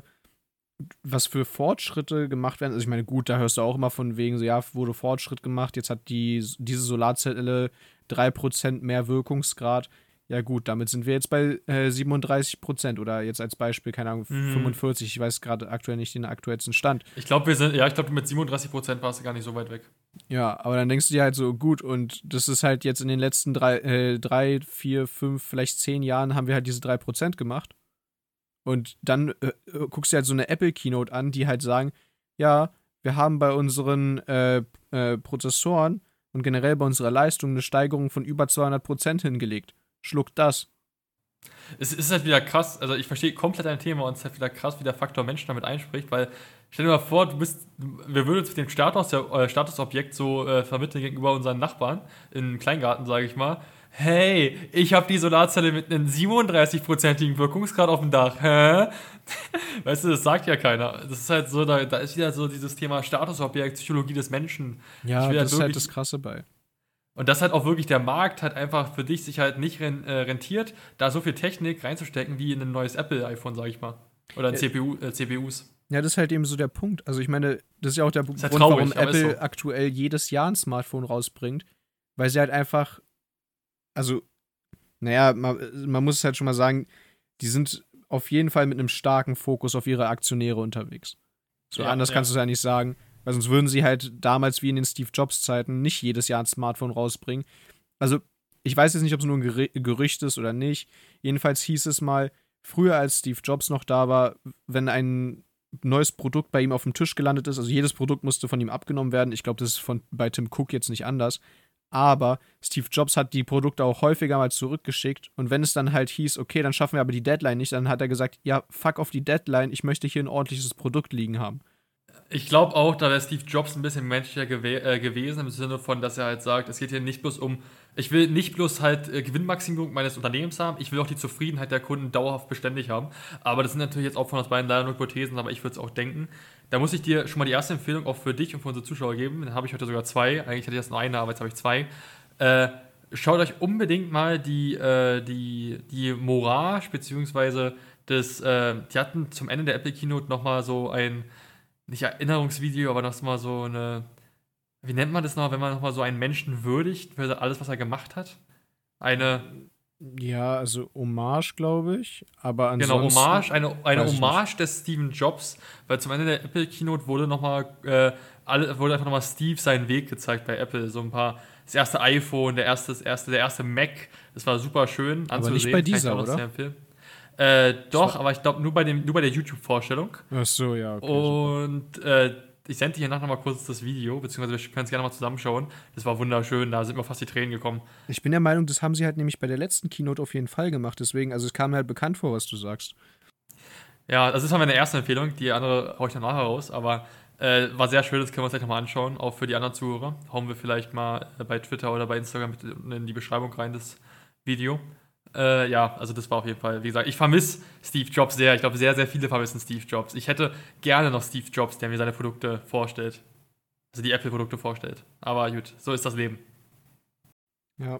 was für Fortschritte gemacht werden, also ich meine, gut, da hörst du auch immer von wegen, so ja, wurde Fortschritt gemacht, jetzt hat die, diese Solarzelle drei Prozent mehr Wirkungsgrad. Ja gut, damit sind wir jetzt bei äh, siebenunddreißig Prozent oder jetzt als Beispiel, keine Ahnung, mhm. fünfundvierzig, ich weiß gerade aktuell nicht den aktuellsten Stand. Ich glaube, wir sind, ja, ich glaube, mit siebenunddreißig Prozent warst du gar nicht so weit weg. Ja, aber dann denkst du dir halt so, gut, und das ist halt jetzt in den letzten drei, äh, drei vier, fünf, vielleicht zehn Jahren haben wir halt diese drei Prozent gemacht. Und dann äh, guckst du halt so eine Apple-Keynote an, die halt sagen, ja, wir haben bei unseren äh, äh, Prozessoren und generell bei unserer Leistung eine Steigerung von über zweihundert Prozent hingelegt. Schluckt das. Es ist halt wieder krass, also ich verstehe komplett dein Thema und es ist halt wieder krass, wie der Faktor Mensch damit einspricht, weil stell dir mal vor, du bist, wir würden uns den Status, der, äh, Statusobjekt so äh, vermitteln gegenüber unseren Nachbarn im Kleingarten, sage ich mal. Hey, ich habe die Solarzelle mit einem siebenunddreißig-prozentigen Wirkungsgrad auf dem Dach. Hä? Weißt du, das sagt ja keiner. Das ist halt so, da, da ist wieder so dieses Thema Statusobjekt, Psychologie des Menschen. Ja, das halt ist halt das Krasse bei. Und dass halt auch wirklich der Markt halt einfach für dich sich halt nicht rentiert, da so viel Technik reinzustecken wie in ein neues Apple-iPhone, sag ich mal. Oder in ja. C P U, äh, C P Us. Ja, das ist halt eben so der Punkt. Also ich meine, das ist ja auch der Grund, halt traurig, warum Apple so. aktuell jedes Jahr ein Smartphone rausbringt. Weil sie halt einfach, also, naja, man, man muss es halt schon mal sagen, die sind auf jeden Fall mit einem starken Fokus auf ihre Aktionäre unterwegs. So ja, anders ja. kannst du es ja nicht sagen. Weil sonst würden sie halt damals wie in den Steve Jobs-Zeiten nicht jedes Jahr ein Smartphone rausbringen. Also, ich weiß jetzt nicht, ob es nur ein Ger- Gerücht ist oder nicht. Jedenfalls hieß es mal, früher als Steve Jobs noch da war, wenn ein neues Produkt bei ihm auf dem Tisch gelandet ist, also jedes Produkt musste von ihm abgenommen werden. Ich glaube, das ist von, bei Tim Cook jetzt nicht anders. Aber Steve Jobs hat die Produkte auch häufiger mal zurückgeschickt. Und wenn es dann halt hieß, okay, dann schaffen wir aber die Deadline nicht, dann hat er gesagt, ja, fuck auf die Deadline, ich möchte hier ein ordentliches Produkt liegen haben. Ich glaube auch, da wäre Steve Jobs ein bisschen menschlicher gew- äh, gewesen, im Sinne von, dass er halt sagt, es geht hier nicht bloß um, ich will nicht bloß halt äh, Gewinnmaximierung meines Unternehmens haben, ich will auch die Zufriedenheit der Kunden dauerhaft beständig haben. Aber das sind natürlich jetzt auch von uns beiden leider nur Hypothesen, aber ich würde es auch denken. Da muss ich dir schon mal die erste Empfehlung auch für dich und für unsere Zuschauer geben. Dann habe ich heute sogar zwei. Eigentlich hatte ich jetzt nur eine, aber jetzt habe ich zwei. Äh, schaut euch unbedingt mal die, äh, die, die Morage, beziehungsweise das, äh, die hatten zum Ende der Apple Keynote nochmal so ein, nicht Erinnerungsvideo, aber noch mal so eine, wie nennt man das noch, wenn man noch mal so einen Menschen würdigt für alles, was er gemacht hat? Eine, Ja, also Hommage, glaube ich. Aber genau, ansonsten. Hommage, eine, eine weiß ich Hommage des Steven Jobs, weil zum Ende der Apple Keynote wurde noch mal, äh, alle, wurde einfach nochmal Steve seinen Weg gezeigt bei Apple. So ein paar, das erste iPhone, der erste, das erste, der erste Mac, das war super schön anzusehen. Aber nicht bei dieser, Kann ich auch oder? sehr empfehlen. Äh, doch, aber ich glaube nur bei dem, nur bei der YouTube-Vorstellung. Ach so, ja, okay. Und äh, ich sende dir hier nachher mal kurz das Video, beziehungsweise wir können es gerne mal zusammenschauen. Das war wunderschön, da sind mir fast die Tränen gekommen. Ich bin der Meinung, das haben sie halt nämlich bei der letzten Keynote auf jeden Fall gemacht. Deswegen, also es kam mir halt bekannt vor, was du sagst. Ja, also das war meine erste Empfehlung, die andere haue ich dann nachher raus, aber äh, war sehr schön, das können wir uns gleich nochmal anschauen, auch für die anderen Zuhörer. Hauen wir vielleicht mal äh, bei Twitter oder bei Instagram mit in die Beschreibung rein, das Video. Äh, ja, also das war auf jeden Fall, wie gesagt, ich vermisse Steve Jobs sehr. Ich glaube, sehr, sehr viele vermissen Steve Jobs. Ich hätte gerne noch Steve Jobs, der mir seine Produkte vorstellt. Also die Apple-Produkte vorstellt. Aber gut, so ist das Leben. Ja.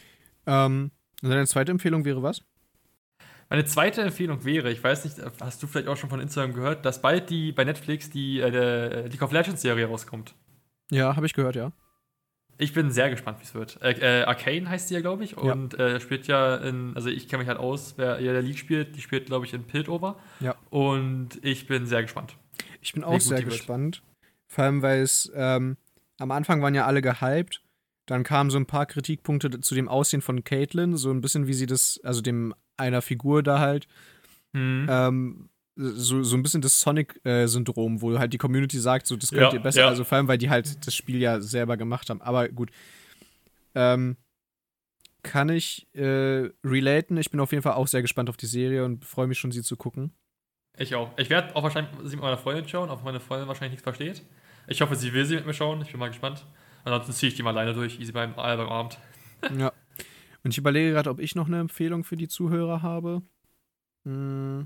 Ähm, und deine zweite Empfehlung wäre was? Meine zweite Empfehlung wäre, ich weiß nicht, hast du vielleicht auch schon von Instagram gehört, dass bald die bei Netflix die äh, League of Legends Serie rauskommt. Ja, habe ich gehört, ja. Ich bin sehr gespannt, wie es wird. Äh, äh, Arcane heißt die ja, glaube ich. Ja. Und äh, spielt ja in, also ich kenne mich halt aus, wer in der League spielt, die spielt, glaube ich, in Piltover. Ja. Und ich bin sehr gespannt. Ich bin Wie auch gut sehr die wird. gespannt. Vor allem, weil es, ähm, am Anfang waren ja alle gehypt. Dann kamen so ein paar Kritikpunkte zu dem Aussehen von Caitlyn, so ein bisschen wie sie das, also dem einer Figur da halt, Mhm. ähm, so, so ein bisschen das Sonic-Syndrom, wo halt die Community sagt, so, das könnt Ja, ihr besser, ja. also vor allem, weil die halt das Spiel ja selber gemacht haben. Aber gut. Ähm, kann ich äh, relaten. Ich bin auf jeden Fall auch sehr gespannt auf die Serie und freue mich schon, sie zu gucken. Ich auch. Ich werde auch wahrscheinlich sie mit meiner Freundin schauen, auch wenn meine Freundin wahrscheinlich nichts versteht. Ich hoffe, sie will sie mit mir schauen. Ich bin mal gespannt. Ansonsten ziehe ich die mal alleine durch, easy beim, äh, beim Abend. Ja. Und ich überlege gerade, ob ich noch eine Empfehlung für die Zuhörer habe. Hm.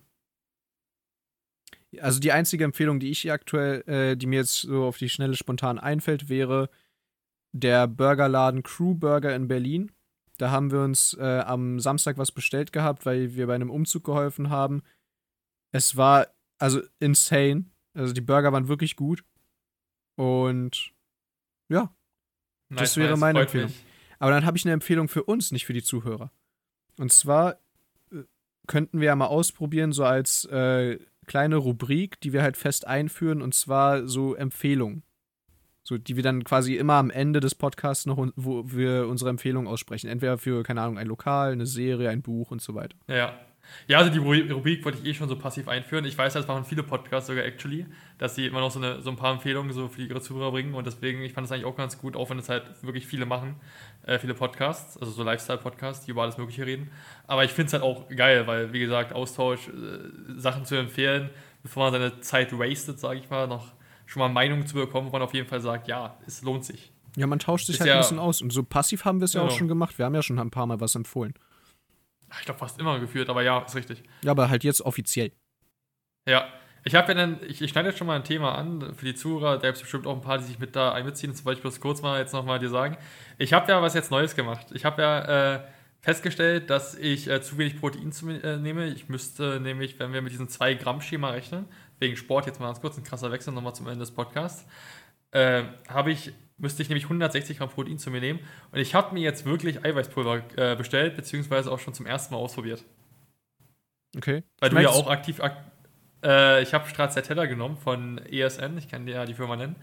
Also die einzige Empfehlung, die ich hier aktuell, äh, die mir jetzt so auf die Schnelle spontan einfällt, wäre der Burgerladen Crew Burger in Berlin. Da haben wir uns äh, am Samstag was bestellt gehabt, weil wir bei einem Umzug geholfen haben. Es war also insane. Also die Burger waren wirklich gut. Und ja, das wäre meine freut Empfehlung. mich. Aber dann habe ich eine Empfehlung für uns, nicht für die Zuhörer. Und zwar äh, könnten wir ja mal ausprobieren, so als äh, kleine Rubrik, die wir halt fest einführen, und zwar so Empfehlungen. So, die wir dann quasi immer am Ende des Podcasts noch, wo wir unsere Empfehlungen aussprechen. Entweder für, keine Ahnung, ein Lokal, eine Serie, ein Buch und so weiter. Ja. Ja, also die Ru- Rubrik wollte ich eh schon so passiv einführen. Ich weiß, das machen viele Podcasts sogar actually, dass sie immer noch so, eine, so ein paar Empfehlungen so für ihre Zuhörer bringen und deswegen, ich fand das eigentlich auch ganz gut, auch wenn es halt wirklich viele machen, äh, viele Podcasts, also so Lifestyle-Podcasts, die über alles Mögliche reden. Aber ich finde es halt auch geil, weil, wie gesagt, Austausch, äh, Sachen zu empfehlen, bevor man seine Zeit wastet, sage ich mal, noch schon mal Meinungen zu bekommen, wo man auf jeden Fall sagt, ja, es lohnt sich. Ja, man tauscht sich Ist halt ja- ein bisschen aus. Und so passiv haben wir es ja auch Genau. schon gemacht. Wir haben ja schon ein paar Mal was empfohlen. Ich glaube, fast immer geführt, aber ja, ist richtig. Ja, aber halt jetzt offiziell. Ja, ich habe ja dann, ich, ich schneide jetzt schon mal ein Thema an für die Zuhörer, da gibt es bestimmt auch ein paar, die sich mit da einbeziehen, das wollte ich bloß kurz mal jetzt nochmal dir sagen. Ich habe ja was jetzt Neues gemacht. Ich habe ja äh, festgestellt, dass ich äh, zu wenig Protein zu mir äh, nehme. Ich müsste nämlich, wenn wir mit diesem zwei Gramm Schema rechnen, wegen Sport jetzt mal ganz kurz, ein krasser Wechsel nochmal zum Ende des Podcasts, äh, habe ich, müsste ich nämlich hundertsechzig Gramm Protein zu mir nehmen. Und ich habe mir jetzt wirklich Eiweißpulver äh, bestellt, beziehungsweise auch schon zum ersten Mal ausprobiert. Okay. Weil du ja Schmeckt's? auch aktiv, ak äh, ich habe Stracciatella genommen von E S N, ich kann dir ja die Firma nennen.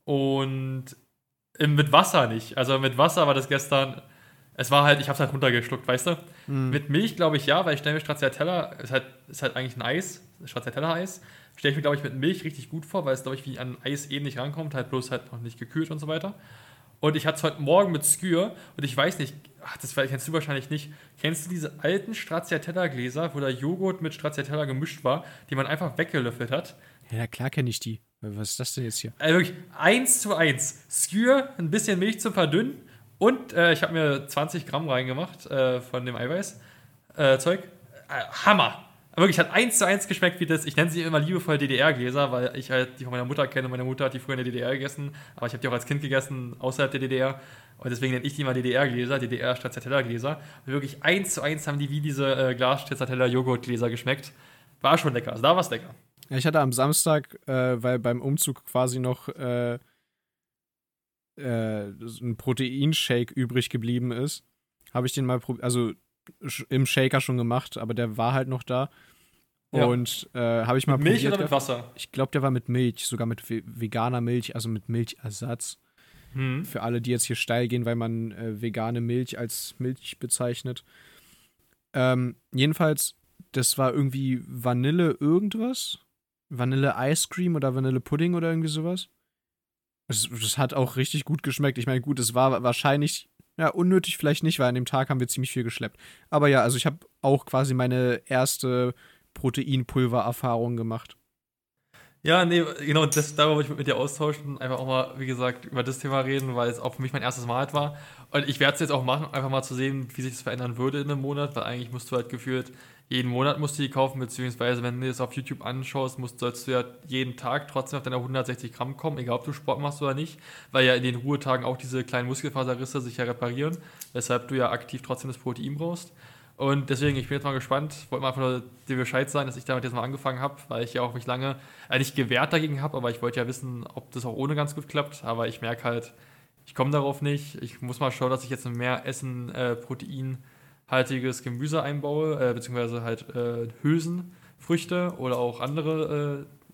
Und im- mit Wasser nicht. Also mit Wasser war das gestern, es war halt, ich hab's halt runtergeschluckt, weißt du? Mhm. Mit Milch glaube ich ja, weil ich stelle mir Stracciatella, ist halt, ist halt eigentlich ein Eis, Stracciatella-Eis. Stelle ich mir, glaube ich, mit Milch richtig gut vor, weil es, glaube ich, wie an Eis ähnlich rankommt, halt bloß halt noch nicht gekühlt und so weiter. Und ich hatte es heute Morgen mit Skür und ich weiß nicht, ach, das kennst du wahrscheinlich nicht. Kennst du diese alten Stracciatella-Gläser, wo der Joghurt mit Stracciatella gemischt war, die man einfach weggelöffelt hat? Ja, klar kenne ich die. Was ist das denn jetzt hier? Also wirklich eins zu eins. Skür, ein bisschen Milch zum Verdünnen und äh, ich habe mir zwanzig Gramm reingemacht äh, von dem Eiweiß-Zeug. Äh, Zeug. äh, Hammer. Wirklich, hat eins zu eins geschmeckt wie das. Ich nenne sie immer liebevoll D D R-Gläser, weil ich halt die von meiner Mutter kenne. Meine Mutter hat die früher in der D D R gegessen, aber ich habe die auch als Kind gegessen, außerhalb der D D R. Und deswegen nenne ich die immer D D R-Gläser, D D R-Stracciatella-Gläser. Und wirklich eins zu eins haben die wie diese äh, Glas-Stracciatella-Joghurt-Gläser geschmeckt. War schon lecker. Also da war es lecker. Ja, ich hatte am Samstag, äh, weil beim Umzug quasi noch äh, äh, so ein Proteinshake übrig geblieben ist, habe ich den mal probiert, also sch- im Shaker schon gemacht, aber der war halt noch da. Ja. Und äh, habe ich mal Mit Milch probiert. oder mit Wasser? Ich glaube, der war mit Milch, sogar mit ve- veganer Milch, also mit Milchersatz. Hm. Für alle, die jetzt hier steil gehen, weil man äh, vegane Milch als Milch bezeichnet. Ähm, jedenfalls, das war irgendwie Vanille irgendwas. Vanille Ice Cream oder Vanille Pudding oder irgendwie sowas. Das, das hat auch richtig gut geschmeckt. Ich meine, gut, es war wahrscheinlich, ja, unnötig vielleicht nicht, weil an dem Tag haben wir ziemlich viel geschleppt. Aber ja, also ich habe auch quasi meine erste Proteinpulver-Erfahrung gemacht. Ja, nee, genau, das, darüber wollte ich mit dir austauschen. Einfach auch mal, wie gesagt, über das Thema reden, weil es auch für mich mein erstes Mal halt war. Und ich werde es jetzt auch machen, einfach mal zu sehen, wie sich das verändern würde in einem Monat, weil eigentlich musst du halt gefühlt, jeden Monat musst du die kaufen, beziehungsweise wenn du das auf YouTube anschaust, musst, sollst du ja jeden Tag trotzdem auf deine hundertsechzig Gramm kommen, egal ob du Sport machst oder nicht, weil ja in den Ruhetagen auch diese kleinen Muskelfaserrisse sich ja reparieren, weshalb du ja aktiv trotzdem das Protein brauchst. Und deswegen, ich bin jetzt mal gespannt, wollte mal einfach nur dir Bescheid sagen, dass ich damit jetzt mal angefangen habe, weil ich ja auch mich lange äh, nicht gewehrt dagegen habe, aber ich wollte ja wissen, ob das auch ohne ganz gut klappt. Aber ich merke halt, ich komme darauf nicht. Ich muss mal schauen, dass ich jetzt mehr Essen, äh, proteinhaltiges Gemüse einbaue, äh, beziehungsweise halt äh, Hülsenfrüchte oder auch andere äh,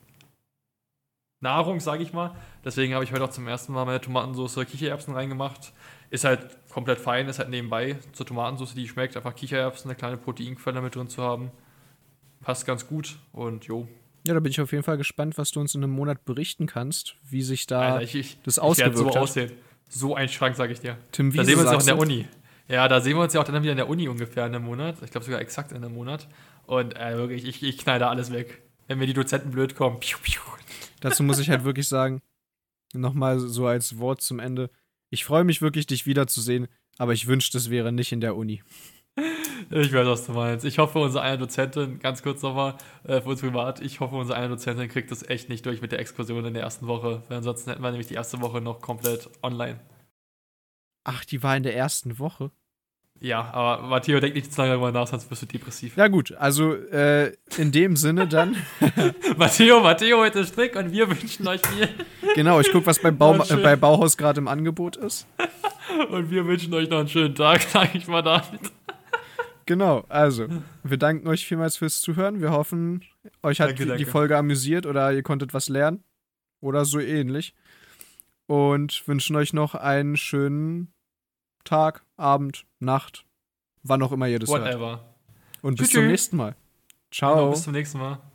Nahrung, sage ich mal. Deswegen habe ich heute auch zum ersten Mal meine Tomatensauce Kichererbsen reingemacht. Ist halt komplett fein, ist halt nebenbei zur Tomatensauce, die schmeckt. Einfach Kichererbsen, eine kleine Proteinquelle mit drin zu haben. Passt ganz gut und jo. Ja, da bin ich auf jeden Fall gespannt, was du uns in einem Monat berichten kannst, wie sich da Alter, ich, ich, das ich werde ausgewirkt so hat. aussehen. So ein Schrank, sage ich dir. Tim Da Wiese, sehen wir uns ja auch in sagst der du? Uni. Ja, da sehen wir uns ja auch dann wieder in der Uni ungefähr in einem Monat. Ich glaube sogar exakt in einem Monat. Und äh, wirklich, ich, ich knall da alles weg. Wenn mir die Dozenten blöd kommen. Piu, piu. Dazu muss ich halt wirklich sagen, nochmal so als Wort zum Ende, ich freue mich wirklich, dich wiederzusehen, aber ich wünschte, es wäre nicht in der Uni. Ich weiß, was du meinst. Ich hoffe, unsere eine Dozentin, ganz kurz nochmal, äh, für uns privat, ich hoffe, unsere eine Dozentin kriegt das echt nicht durch mit der Exkursion in der ersten Woche. Weil ansonsten hätten wir nämlich die erste Woche noch komplett online. Ach, die war in der ersten Woche? Ja, aber Matteo, denk nicht zu lange darüber nach, sonst wirst du depressiv. Ja gut, also äh, in dem Sinne dann, Matteo, Matteo heute Strick und wir wünschen euch viel. genau, ich gucke, was bei, Baum, Oh, äh, schön. bei Bauhaus gerade im Angebot ist. Und wir wünschen euch noch einen schönen Tag, sag ich mal damit. Genau, also, wir danken euch vielmals fürs Zuhören. Wir hoffen, euch hat Danke, die, danke. die Folge amüsiert oder ihr konntet was lernen oder so ähnlich. Und wünschen euch noch einen schönen Tag, Abend, Nacht, wann auch immer ihr das hört. Whatever. Und bis Tschüss, zum tschüss. nächsten Mal. Genau, Ciao. bis zum nächsten Mal.